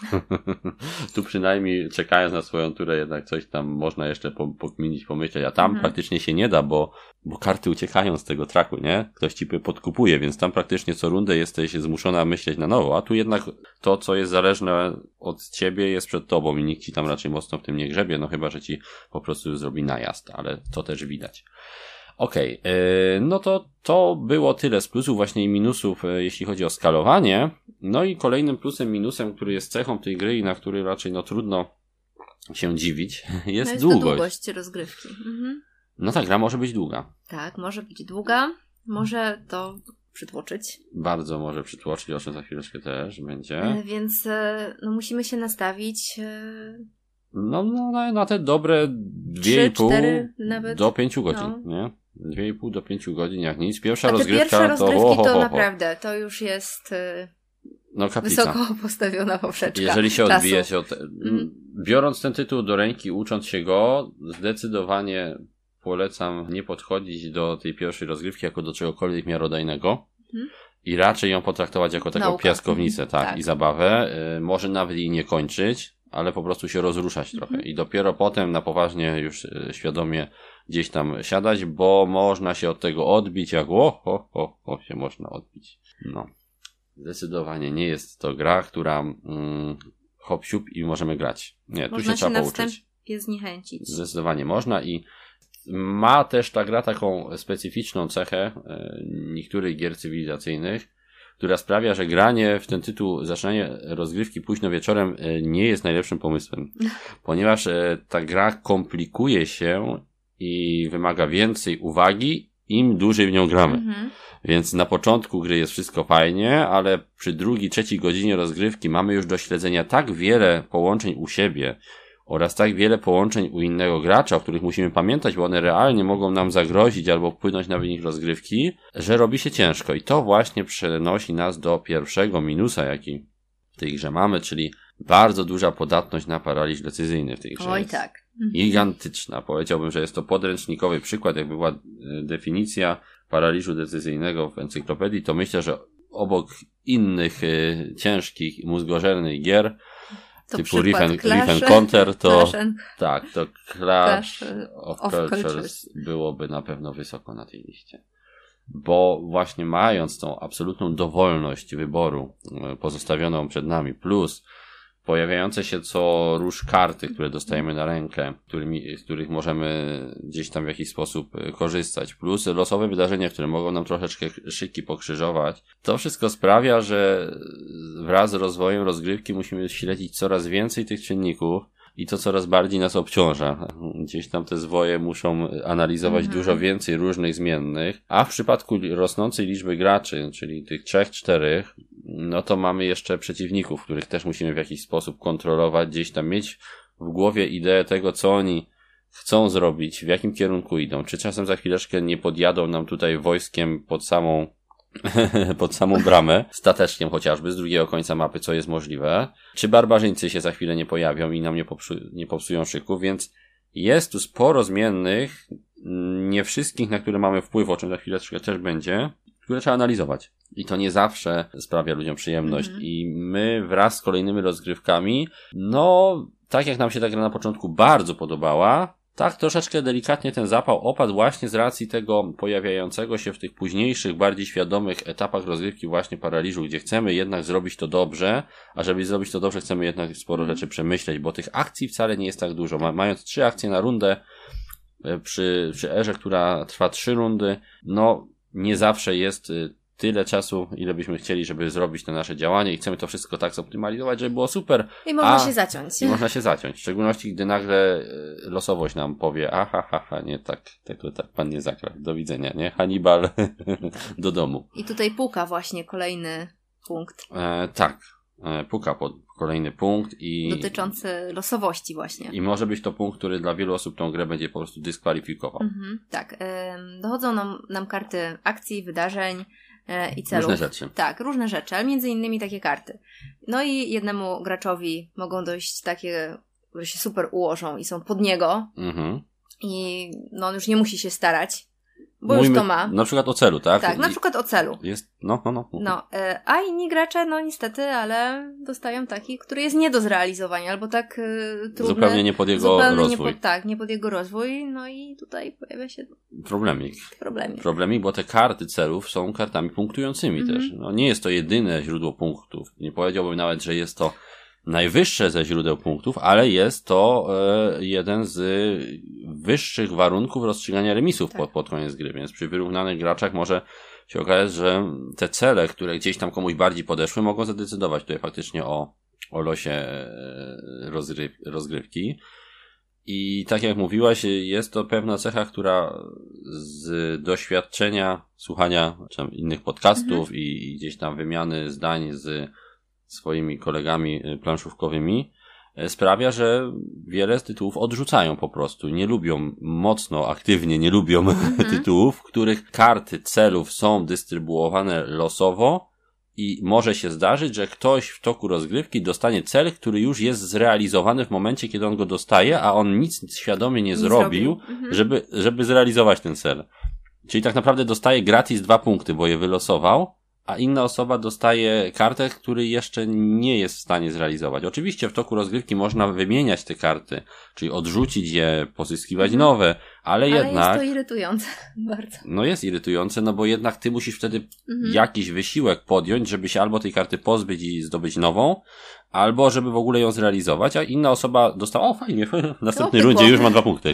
Tu przynajmniej czekając na swoją turę jednak coś tam można jeszcze po, pokminić, pomyśleć, a tam mhm. praktycznie się nie da, bo, bo karty uciekają z tego traku, nie? Ktoś ci podkupuje, więc tam praktycznie co rundę jesteś zmuszona myśleć na nowo, a tu jednak to, co jest zależne od ciebie jest przed tobą i nikt ci tam raczej mocno w tym nie grzebie, no chyba, że ci po prostu zrobi najazd, ale to też widać. Okej, okay, yy, no to to było tyle z plusów właśnie i minusów, yy, jeśli chodzi o skalowanie. No i kolejnym plusem, minusem, który jest cechą tej gry i na który raczej no trudno się dziwić, jest, jest długość. długość rozgrywki. Mhm. No ta gra może być długa. Tak, może być długa, może to przytłoczyć. Bardzo może przytłoczyć, o czym za chwileczkę też będzie. Yy, więc yy, no musimy się nastawić... Yy... No, no na, na te dobre dwie i pół do pięciu godzin, no. nie? dwie i pół do pięciu godzin, jak nic. Pierwsza A te rozgrywka pierwsze rozgrywki to, ho, ho, ho, to ho. naprawdę, to już jest yy, no, kaplica. Wysoko postawiona poprzeczka. Jeżeli się czasu. odbije się od... Mm. Biorąc ten tytuł do ręki, ucząc się go, zdecydowanie polecam nie podchodzić do tej pierwszej rozgrywki jako do czegokolwiek miarodajnego mm. i raczej ją potraktować jako taką Nauka. piaskownicę, tak, tak, i zabawę. Yy, może nawet jej nie kończyć, ale po prostu się rozruszać trochę mm-hmm. i dopiero potem na poważnie już y, świadomie gdzieś tam siadać, bo można się od tego odbić, jak o, o, o, o się można odbić. No. Zdecydowanie nie jest to gra, która mm, hop siup i możemy grać. Nie, można tu się, się trzeba pouczyć. Można się na wstępie zniechęcić. Zdecydowanie można i ma też ta gra taką specyficzną cechę y, niektórych gier cywilizacyjnych, która sprawia, że granie w ten tytuł, zaczynanie rozgrywki późno wieczorem nie jest najlepszym pomysłem, ponieważ ta gra komplikuje się i wymaga więcej uwagi, im dłużej w nią gramy. Mhm. Więc na początku gry jest wszystko fajnie, ale przy drugiej, trzeciej godzinie rozgrywki mamy już do śledzenia tak wiele połączeń u siebie oraz tak wiele połączeń u innego gracza, o których musimy pamiętać, bo one realnie mogą nam zagrozić albo wpłynąć na wynik rozgrywki, że robi się ciężko. I to właśnie przenosi nas do pierwszego minusa, jaki w tej grze mamy, czyli bardzo duża podatność na paraliż decyzyjny w tej grze. Oj, jest tak. Gigantyczna. Powiedziałbym, że jest to podręcznikowy przykład, jakby była definicja paraliżu decyzyjnego w encyklopedii, to myślę, że obok innych y, ciężkich, mózgożernych gier to typu Riff and, Riff and Counter, to and... tak, to Clash, Clash of, of Cultures, Cultures byłoby na pewno wysoko na tej liście. Bo właśnie mając tą absolutną dowolność wyboru pozostawioną przed nami, plus pojawiające się co róż karty, które dostajemy na rękę, którymi, z których możemy gdzieś tam w jakiś sposób korzystać, plus losowe wydarzenia, które mogą nam troszeczkę szyki pokrzyżować, to wszystko sprawia, że wraz z rozwojem rozgrywki musimy śledzić coraz więcej tych czynników i to coraz bardziej nas obciąża. Gdzieś tam te zwoje muszą analizować mhm. dużo więcej różnych zmiennych, a w przypadku rosnącej liczby graczy, czyli tych trzech, czterech, no to mamy jeszcze przeciwników, których też musimy w jakiś sposób kontrolować, gdzieś tam mieć w głowie ideę tego, co oni chcą zrobić, w jakim kierunku idą. Czy czasem za chwileczkę nie podjadą nam tutaj wojskiem pod samą pod samą bramę, stateczkiem chociażby z drugiego końca mapy, co jest możliwe. Czy barbarzyńcy się za chwilę nie pojawią i nam nie, popsu- nie popsują szyku, więc jest tu sporo zmiennych, nie wszystkich, na które mamy wpływ, o czym za chwileczkę też będzie, które trzeba analizować. I to nie zawsze sprawia ludziom przyjemność. Mhm. I my wraz z kolejnymi rozgrywkami, no, tak jak nam się ta gra na początku bardzo podobała, Tak, troszeczkę delikatnie ten zapał opadł właśnie z racji tego pojawiającego się w tych późniejszych, bardziej świadomych etapach rozgrywki właśnie paraliżu, gdzie chcemy jednak zrobić to dobrze, a żeby zrobić to dobrze chcemy jednak sporo rzeczy przemyśleć, bo tych akcji wcale nie jest tak dużo. Ma, mając trzy akcje na rundę przy, przy erze, która trwa trzy rundy, no nie zawsze jest tyle czasu, ile byśmy chcieli, żeby zrobić te nasze działanie i chcemy to wszystko tak zoptymalizować, żeby było super. I można a, się zaciąć. I można się zaciąć. W szczególności, gdy nagle losowość nam powie, aha, ha, ha, nie, tak, tak, tak, pan nie zagra. Do widzenia, nie? Hannibal do domu. I tutaj puka właśnie kolejny punkt. E, tak, e, puka po kolejny punkt i... Dotyczący losowości właśnie. I może być to punkt, który dla wielu osób tą grę będzie po prostu dyskwalifikował. Mhm, tak. Ym, dochodzą nam, nam karty akcji, wydarzeń, i celów. Różne rzeczy. Tak, różne rzeczy, ale między innymi takie karty. No i jednemu graczowi mogą dojść takie, które się super ułożą i są pod niego mhm. i no on już nie musi się starać, bo Mówimy już to ma. Na przykład o celu, tak? Tak, na przykład o celu. Jest, no, no, no. No, a inni gracze, no niestety, ale dostają taki, który jest nie do zrealizowania, albo tak y, trudny. Zupełnie nie pod jego zupełnie rozwój. Nie pod, tak, nie pod jego rozwój, no i tutaj pojawia się problemik. Problemik. Problemik, bo te karty celów są kartami punktującymi mm-hmm. też. No, nie jest to jedyne źródło punktów. Nie powiedziałbym nawet, że jest to najwyższe ze źródeł punktów, ale jest to e, jeden z wyższych warunków rozstrzygania remisów tak. pod, pod koniec gry, więc przy wyrównanych graczach może się okazać, że te cele, które gdzieś tam komuś bardziej podeszły, mogą zadecydować tutaj faktycznie o, o losie rozgryw, rozgrywki. I tak jak mówiłaś, jest to pewna cecha, która z doświadczenia słuchania czy tam innych podcastów mhm. i, i gdzieś tam wymiany zdań z swoimi kolegami planszówkowymi sprawia, że wiele z tytułów odrzucają po prostu. Nie lubią mocno, aktywnie nie lubią mhm. tytułów, w których karty celów są dystrybuowane losowo i może się zdarzyć, że ktoś w toku rozgrywki dostanie cel, który już jest zrealizowany w momencie, kiedy on go dostaje, a on nic świadomie nie, nie zrobił, mhm. żeby, żeby zrealizować ten cel. Czyli tak naprawdę dostaje gratis dwa punkty, bo je wylosował, a inna osoba dostaje kartę, który jeszcze nie jest w stanie zrealizować. Oczywiście w toku rozgrywki można wymieniać te karty, czyli odrzucić je, pozyskiwać mhm. nowe, ale, ale jednak... Ale jest to irytujące bardzo. No jest irytujące, no bo jednak ty musisz wtedy mhm. jakiś wysiłek podjąć, żeby się albo tej karty pozbyć i zdobyć nową, albo żeby w ogóle ją zrealizować, a inna osoba dostała, o fajnie, w następnej rundzie już mam dwa punkty.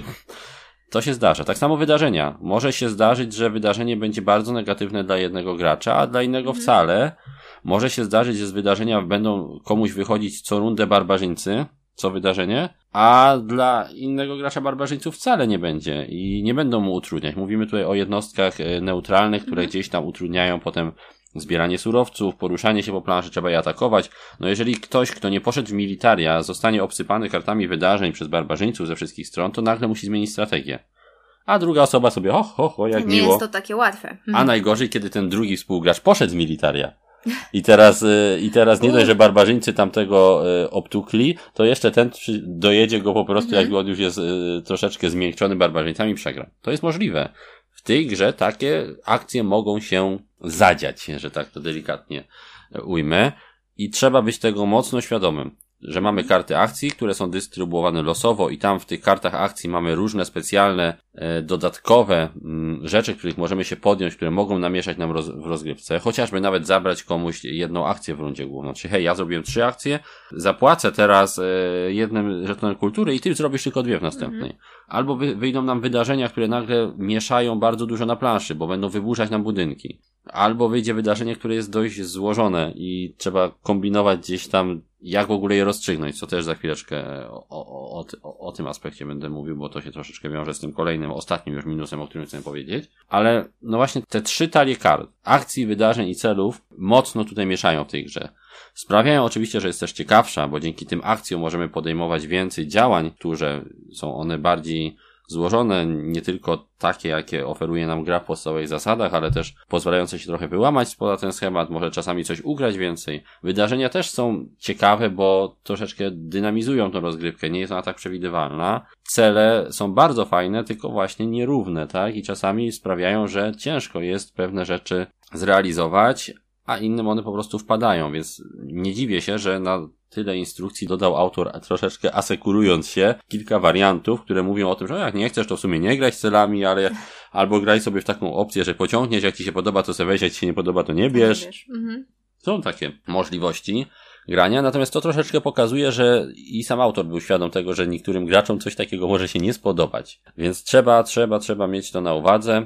To się zdarza. Tak samo wydarzenia. Może się zdarzyć, że wydarzenie będzie bardzo negatywne dla jednego gracza, a dla innego mhm. wcale. Może się zdarzyć, że z wydarzenia będą komuś wychodzić co rundę barbarzyńcy, co wydarzenie, a dla innego gracza barbarzyńców wcale nie będzie i nie będą mu utrudniać. Mówimy tutaj o jednostkach neutralnych, które mhm. gdzieś tam utrudniają potem zbieranie surowców, poruszanie się po planszy, trzeba je atakować. No jeżeli ktoś, kto nie poszedł w militaria, zostanie obsypany kartami wydarzeń przez barbarzyńców ze wszystkich stron, to nagle musi zmienić strategię. A druga osoba sobie, ho, ho, ho, jak nie miło. Nie jest to takie łatwe. Mhm. A najgorzej, kiedy ten drugi współgracz poszedł z militaria. I teraz, i teraz nie dość, że barbarzyńcy tamtego obtukli, to jeszcze ten dojedzie go po prostu, mhm. jak on już jest troszeczkę zmiękczony barbarzyńcami, przegra. To jest możliwe. W tej grze takie akcje mogą się zadziać, że tak to delikatnie ujmę. I trzeba być tego mocno świadomym, że mamy karty akcji, które są dystrybuowane losowo i tam w tych kartach akcji mamy różne specjalne, e, dodatkowe m, rzeczy, których możemy się podjąć, które mogą namieszać nam roz, w rozgrywce. Chociażby nawet zabrać komuś jedną akcję w rundzie główną. Czyli hej, ja zrobiłem trzy akcje, zapłacę teraz e, jednym żetonem kultury i ty zrobisz tylko dwie w następnej. Mhm. Albo wy, wyjdą nam wydarzenia, które nagle mieszają bardzo dużo na planszy, bo będą wyburzać nam budynki. Albo wyjdzie wydarzenie, które jest dość złożone i trzeba kombinować gdzieś tam, jak w ogóle je rozstrzygnąć, co też za chwileczkę o, o, o, o, o tym aspekcie będę mówił, bo to się troszeczkę wiąże z tym kolejnym, ostatnim już minusem, o którym chcę powiedzieć. Ale no właśnie te trzy talie kart, akcji, wydarzeń i celów mocno tutaj mieszają w tej grze. Sprawiają oczywiście, że jest też ciekawsza, bo dzięki tym akcjom możemy podejmować więcej działań, które są one bardziej złożone, nie tylko takie, jakie oferuje nam gra w podstawowych zasadach, ale też pozwalające się trochę wyłamać poza ten schemat, może czasami coś ugrać więcej. Wydarzenia też są ciekawe, bo troszeczkę dynamizują tą rozgrywkę, nie jest ona tak przewidywalna. Cele są bardzo fajne, tylko właśnie nierówne, tak? I czasami sprawiają, że ciężko jest pewne rzeczy zrealizować, a innym one po prostu wpadają, więc nie dziwię się, że na tyle instrukcji dodał autor, troszeczkę asekurując się, kilka wariantów, które mówią o tym, że jak nie chcesz, to w sumie nie grać z celami, ale albo graj sobie w taką opcję, że pociągniesz, jak ci się podoba, to sobie weź, jak ci się nie podoba, to nie bierz. Mhm. Są takie możliwości grania, natomiast to troszeczkę pokazuje, że i sam autor był świadom tego, że niektórym graczom coś takiego może się nie spodobać. Więc trzeba, trzeba, trzeba mieć to na uwadze,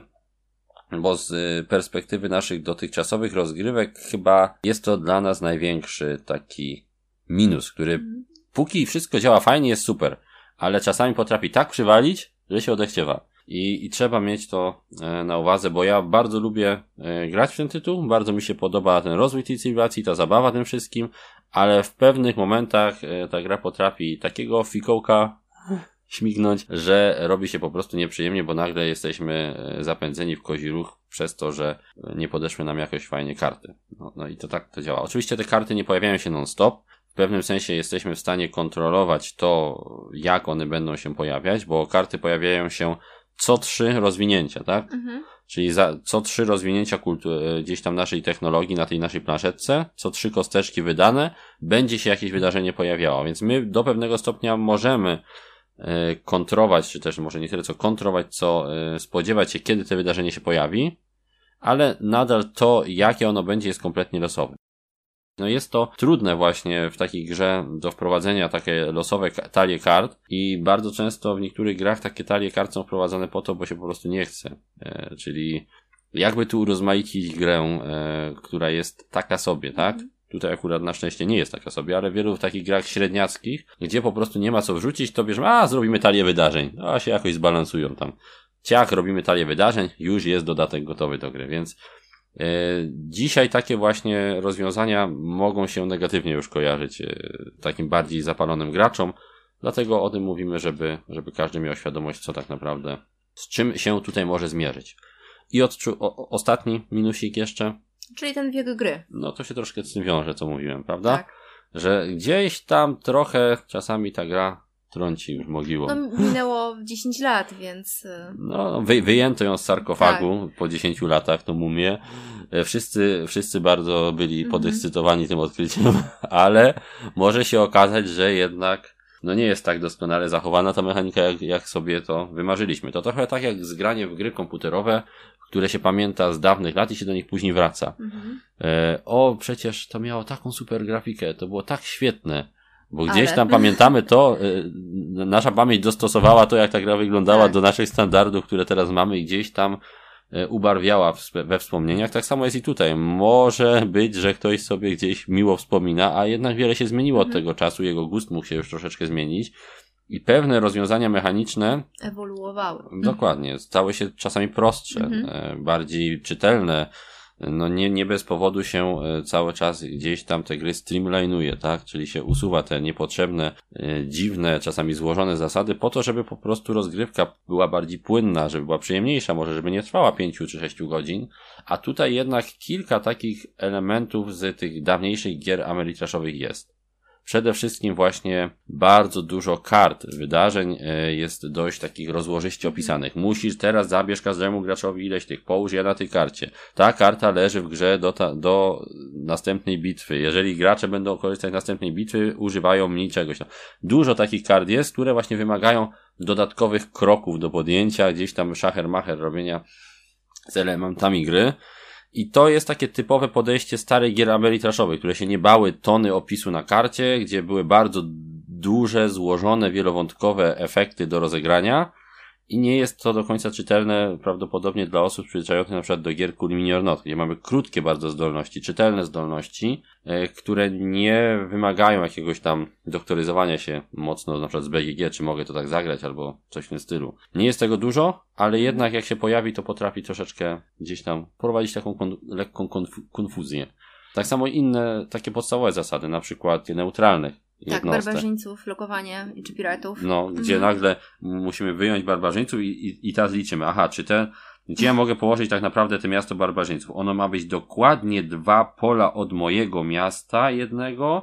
bo z perspektywy naszych dotychczasowych rozgrywek chyba jest to dla nas największy taki minus, który póki wszystko działa fajnie, jest super, ale czasami potrafi tak przywalić, że się odechciewa. I, I trzeba mieć to e, na uwadze, bo ja bardzo lubię e, grać w ten tytuł, bardzo mi się podoba ten rozwój tej cywilizacji, ta zabawa tym wszystkim, ale w pewnych momentach e, ta gra potrafi takiego fikołka śmignąć, że robi się po prostu nieprzyjemnie, bo nagle jesteśmy e, zapędzeni w kozi ruch przez to, że nie podeszły nam jakoś fajnie karty. No, no i to tak to działa. Oczywiście te karty nie pojawiają się non-stop. W pewnym sensie jesteśmy w stanie kontrolować to, jak one będą się pojawiać, bo karty pojawiają się co trzy rozwinięcia, tak? Mhm. Czyli za, co trzy rozwinięcia kultu- gdzieś tam naszej technologii na tej naszej planszetce, co trzy kosteczki wydane, będzie się jakieś wydarzenie pojawiało. Więc my do pewnego stopnia możemy e, kontrolować, czy też może nie tyle co kontrolować, co e, spodziewać się, kiedy to wydarzenie się pojawi, ale nadal to, jakie ono będzie, jest kompletnie losowe. No jest to trudne właśnie w takiej grze do wprowadzenia takie losowe talie kart i bardzo często w niektórych grach takie talie kart są wprowadzane po to, bo się po prostu nie chce. E, czyli jakby tu urozmaicić grę, e, która jest taka sobie, tak? Mhm. Tutaj akurat na szczęście nie jest taka sobie, ale w wielu takich grach średniackich, gdzie po prostu nie ma co wrzucić, to bierzemy, a zrobimy talię wydarzeń, a się jakoś zbalansują tam. Ciach, robimy talię wydarzeń, już jest dodatek gotowy do gry, więc dzisiaj takie właśnie rozwiązania mogą się negatywnie już kojarzyć takim bardziej zapalonym graczom, dlatego o tym mówimy, żeby, żeby każdy miał świadomość, co tak naprawdę, z czym się tutaj może zmierzyć. I odczu- o, ostatni minusik jeszcze. Czyli ten wiek gry. No to się troszkę z tym wiąże, co mówiłem, prawda? Tak. Że gdzieś tam trochę czasami ta gra trąci już mogiłą. No minęło dziesięć lat, więc... No, wy, wyjęto ją z sarkofagu tak. Po dziesięciu latach, tą mumię. Wszyscy, wszyscy bardzo byli mm-hmm. podekscytowani tym odkryciem, ale może się okazać, że jednak no nie jest tak doskonale zachowana ta mechanika, jak, jak sobie to wymarzyliśmy. To trochę tak jak zgranie w gry komputerowe, które się pamięta z dawnych lat i się do nich później wraca. Mm-hmm. E, o, przecież to miało taką super grafikę, to było tak świetne. Bo gdzieś Ale. tam pamiętamy to, y, nasza pamięć dostosowała to, jak ta gra wyglądała tak. do naszych standardów, które teraz mamy i gdzieś tam y, ubarwiała w, we wspomnieniach. Tak samo jest i tutaj. Może być, że ktoś sobie gdzieś miło wspomina, a jednak wiele się zmieniło mhm. od tego czasu, jego gust mógł się już troszeczkę zmienić i pewne rozwiązania mechaniczne ewoluowały. Dokładnie. Stały się czasami prostsze, mhm. y, bardziej czytelne. No nie, nie bez powodu się cały czas gdzieś tam te gry streamline'uje, tak? Czyli się usuwa te niepotrzebne, dziwne, czasami złożone zasady po to, żeby po prostu rozgrywka była bardziej płynna, żeby była przyjemniejsza, może żeby nie trwała pięciu czy sześciu godzin. A tutaj jednak kilka takich elementów z tych dawniejszych gier Ameritraszowych jest. Przede wszystkim właśnie bardzo dużo kart wydarzeń jest dość takich rozłożyście opisanych. Musisz teraz zabierz każdemu graczowi ileś tych, połóż je na tej karcie. Ta karta leży w grze do, ta, do następnej bitwy. Jeżeli gracze będą korzystać z następnej bitwy, używają mniej czegoś tam. Dużo takich kart jest, które właśnie wymagają dodatkowych kroków do podjęcia, gdzieś tam szacher-macher robienia z elementami gry. I to jest takie typowe podejście starych gier Ameritraszowych, które się nie bały tony opisu na karcie, gdzie były bardzo duże, złożone, wielowątkowe efekty do rozegrania i nie jest to do końca czytelne prawdopodobnie dla osób przyzwyczajonych na przykład do gier Cool Mini or Not, gdzie mamy krótkie bardzo zdolności, czytelne zdolności, e, które nie wymagają jakiegoś tam doktoryzowania się mocno, na przykład z B G G, czy mogę to tak zagrać, albo coś w tym stylu. Nie jest tego dużo, ale jednak jak się pojawi, to potrafi troszeczkę gdzieś tam prowadzić taką kon- lekką konf- konfuzję. Tak samo inne takie podstawowe zasady, na przykład neutralnych. Tak, barbarzyńców, lokowanie czy piratów. No, gdzie mhm. nagle musimy wyjąć barbarzyńców i, i, i teraz liczymy. Aha, czy te, gdzie ja mogę położyć tak naprawdę to miasto barbarzyńców? Ono ma być dokładnie dwa pola od mojego miasta jednego,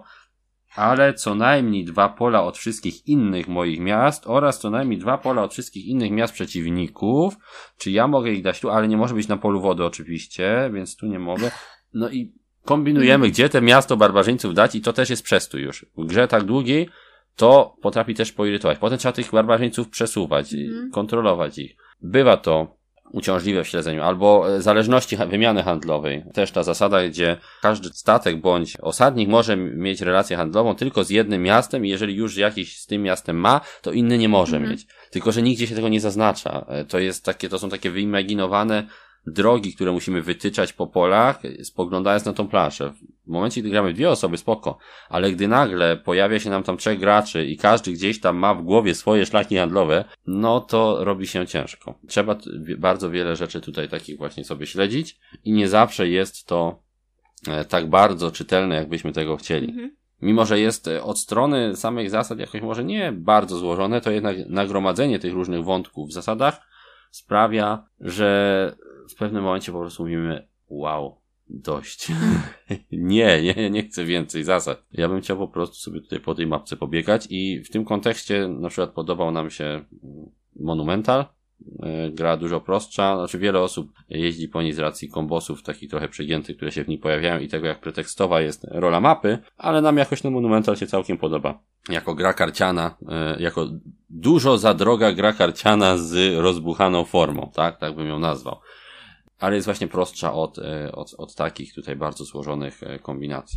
ale co najmniej dwa pola od wszystkich innych moich miast oraz co najmniej dwa pola od wszystkich innych miast przeciwników. Czy ja mogę ich dać tu, ale nie może być na polu wody oczywiście, więc tu nie mogę. No i kombinujemy, mm. gdzie te miasto barbarzyńców dać i to też jest przestój już. W grze tak długiej to potrafi też poirytować. Potem trzeba tych barbarzyńców przesuwać, mm. kontrolować ich. Bywa to uciążliwe w śledzeniu, albo zależności wymiany handlowej. Też ta zasada, gdzie każdy statek bądź osadnik może mieć relację handlową tylko z jednym miastem i jeżeli już jakiś z tym miastem ma, to inny nie może mm. mieć. Tylko że nigdzie się tego nie zaznacza. To jest takie, to są takie wyimaginowane drogi, które musimy wytyczać po polach, spoglądając na tą planszę. W momencie, gdy gramy dwie osoby, spoko, ale gdy nagle pojawia się nam tam trzech graczy i każdy gdzieś tam ma w głowie swoje szlaki handlowe, no to robi się ciężko. Trzeba t- bardzo wiele rzeczy tutaj takich właśnie sobie śledzić i nie zawsze jest to e, tak bardzo czytelne, jakbyśmy tego chcieli. Mhm. Mimo że jest od strony samych zasad jakoś może nie bardzo złożone, to jednak nagromadzenie tych różnych wątków w zasadach sprawia, że w pewnym momencie po prostu mówimy wow, dość. nie, nie, nie chcę więcej zasad. Ja bym chciał po prostu sobie tutaj po tej mapce pobiegać i w tym kontekście na przykład podobał nam się Monumental. Gra dużo prostsza, znaczy wiele osób jeździ po niej z racji kombosów takich trochę przegiętych, które się w niej pojawiają i tego jak pretekstowa jest rola mapy, ale nam jakoś ten Monumental się całkiem podoba. Jako gra karciana, jako dużo za droga gra karciana z rozbuchaną formą, tak, tak bym ją nazwał. Ale jest właśnie prostsza od, od, od takich tutaj bardzo złożonych kombinacji.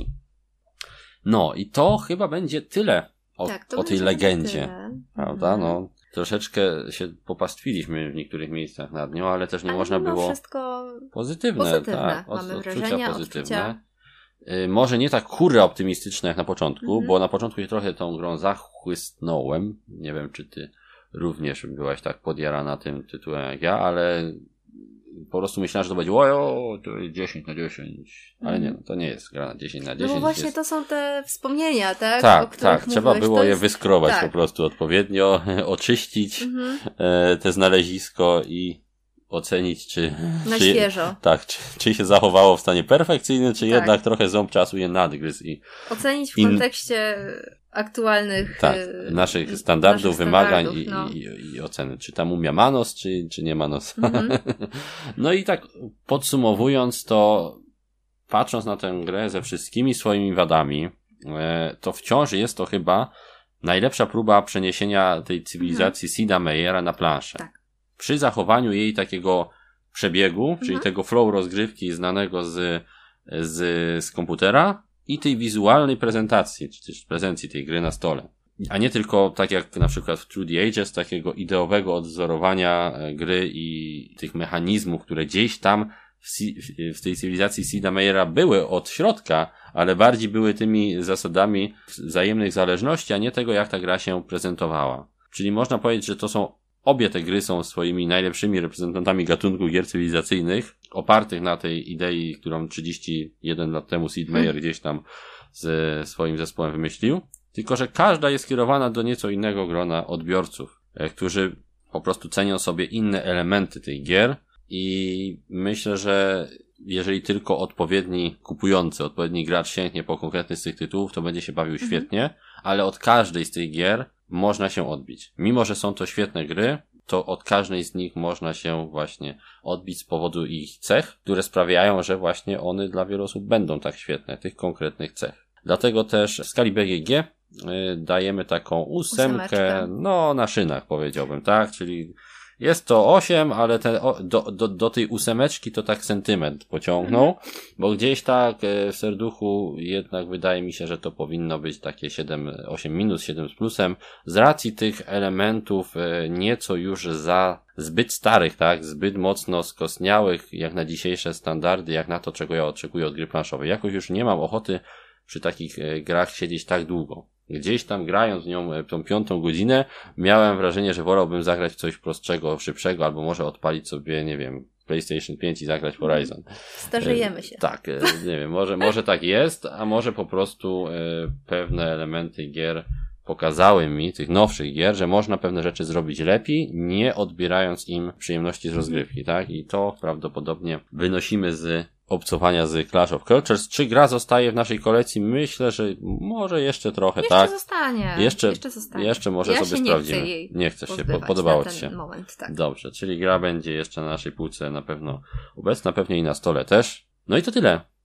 No i to chyba będzie tyle o, tak, o tej legendzie, tyle. Prawda? Mhm. No, troszeczkę się popastwiliśmy w niektórych miejscach nad nią, ale też nie ale można było... wszystko pozytywne, pozytywne. Tak, Mamy od, wrażenia, pozytywne. odczucia. Y, może nie tak hurra optymistyczne jak na początku, mhm. bo na początku się trochę tą grą zachłysnąłem. Nie wiem, czy ty również byłaś tak podjarana tym tytułem jak ja, ale po prostu myślałem, że to będzie ojo, to jest dziesięć na dziesięć, ale nie, no, to nie jest gra na dziesięć na dziesięć. No bo właśnie jest... to są te wspomnienia, tak? Tak, o których tak, mówiłeś. trzeba było je jest... wyskrobać tak. po prostu odpowiednio, oczyścić mhm. e, te znalezisko i ocenić, czy... Na czy, świeżo. Tak, czy, czy się zachowało w stanie perfekcyjnym, czy tak. jednak trochę ząb czasu je nadgryzł. I ocenić w in... kontekście aktualnych tak, naszych standardów, naszych wymagań standardów, no. i, i, i oceny. Czy ta mumia ma nos, czy, czy nie ma nos. Mm-hmm. No i tak podsumowując to, patrząc na tę grę ze wszystkimi swoimi wadami, to wciąż jest to chyba najlepsza próba przeniesienia tej cywilizacji mm-hmm. Sida Meiera na planszę. Tak. Przy zachowaniu jej takiego przebiegu, mm-hmm. czyli tego flow rozgrywki znanego z, z, z komputera, i tej wizualnej prezentacji, czy też prezencji tej gry na stole. A nie tylko tak jak na przykład w Through the Ages, takiego ideowego odwzorowania gry i tych mechanizmów, które gdzieś tam w, w tej cywilizacji Sida Meiera były od środka, ale bardziej były tymi zasadami wzajemnych zależności, a nie tego, jak ta gra się prezentowała. Czyli można powiedzieć, że to są obie te gry są swoimi najlepszymi reprezentantami gatunku gier cywilizacyjnych, opartych na tej idei, którą trzydzieści jeden lat temu Sid Meier hmm. gdzieś tam ze swoim zespołem wymyślił. Tylko że każda jest skierowana do nieco innego grona odbiorców, którzy po prostu cenią sobie inne elementy tej gier i myślę, że jeżeli tylko odpowiedni kupujący, odpowiedni gracz sięgnie po konkretny z tych tytułów, to będzie się bawił mhm. świetnie, ale od każdej z tych gier można się odbić. Mimo że są to świetne gry, to od każdej z nich można się właśnie odbić z powodu ich cech, które sprawiają, że właśnie one dla wielu osób będą tak świetne, tych konkretnych cech. Dlatego też w skali B G G y, dajemy taką ósemkę, Ósemeczkę. no na szynach powiedziałbym, tak, czyli jest to osiem, ale te, o, do, do, do tej ósemeczki to tak sentyment pociągnął, mm. bo gdzieś tak w serduchu jednak wydaje mi się, że to powinno być takie siedem, osiem minus, siedem z plusem, z racji tych elementów nieco już za zbyt starych, tak, zbyt mocno skostniałych, jak na dzisiejsze standardy, jak na to, czego ja oczekuję od gry planszowej. Jakoś już nie mam ochoty przy takich grach siedzieć tak długo. Gdzieś tam grając w nią tą piątą godzinę miałem wrażenie, że wolałbym zagrać w coś prostszego, szybszego, albo może odpalić sobie, nie wiem, PlayStation pięć i zagrać Horizon. Starzejemy się. E, tak, e, nie wiem, może, może tak jest, a może po prostu e, pewne elementy gier pokazały mi, tych nowszych gier, że można pewne rzeczy zrobić lepiej, nie odbierając im przyjemności z rozgrywki, tak? I to prawdopodobnie wynosimy z obcowania z Clash of Cultures. Czy gra zostaje w naszej kolekcji? Myślę, że może jeszcze trochę, jeszcze tak? Zostanie. Jeszcze, jeszcze zostanie. Jeszcze może ja sobie się sprawdzimy. Nie, chcę jej nie chcesz się, podobało ci się. Moment, tak. Dobrze, czyli gra będzie jeszcze na naszej półce na pewno obecna, pewnie i na stole też. No i to tyle.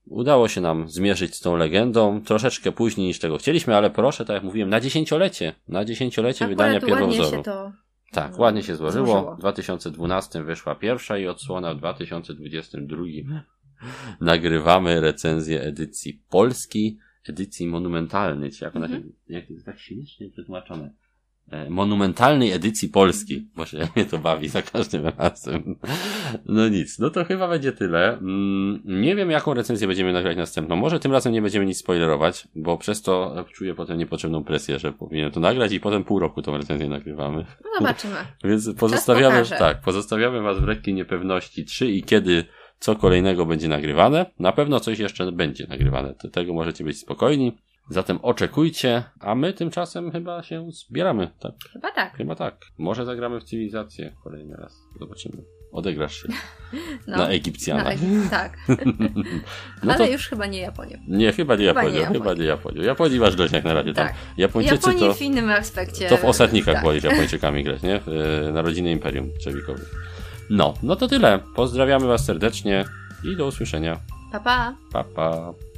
Udało się nam zmierzyć z tą legendą, troszeczkę później niż tego chcieliśmy, ale proszę, tak jak mówiłem, na dziesięciolecie, na dziesięciolecie wydania pierwowzoru. Się to... Tak, ładnie się złożyło. złożyło. W dwa tysiące dwunastym wyszła pierwsza i odsłona, w dwa tysiące dwudziestym drugim nagrywamy recenzję edycji polskiej, edycji monumentalnej, czy jak ona się, mm-hmm. jak to jest tak śmiesznie przetłumaczone. Monumentalnej edycji polskiej. Może mnie to bawi za każdym razem. No nic, no to chyba będzie tyle. Nie wiem, jaką recenzję będziemy nagrać następną. Może tym razem nie będziemy nic spoilerować, bo przez to czuję potem niepotrzebną presję, że powinienem to nagrać i potem pół roku tą recenzję nagrywamy. No zobaczymy. Więc pozostawiamy, tak, pozostawiamy was w lekkiej niepewności, czy i kiedy co kolejnego będzie nagrywane. Na pewno coś jeszcze będzie nagrywane. Tego możecie być spokojni. Zatem oczekujcie, a my tymczasem chyba się zbieramy, tak? Chyba tak. Chyba tak. Może zagramy w cywilizację kolejny raz. Zobaczymy. Odegrasz się no, na Egipcjana. Na Egip... Tak. no Ale to... już chyba nie Japonię. Nie, chyba nie chyba Japonią. Nie chyba nie Japonią. Japonii masz dość jak na razie. Tak. Tam Japończycy Japonii to... w innym aspekcie. To w osadnikach tak. wolisz Japończykami grać, nie? W Narodziny Imperium Trzewikowych. No, no to tyle. Pozdrawiamy was serdecznie i do usłyszenia. Pa, pa. Pa, pa.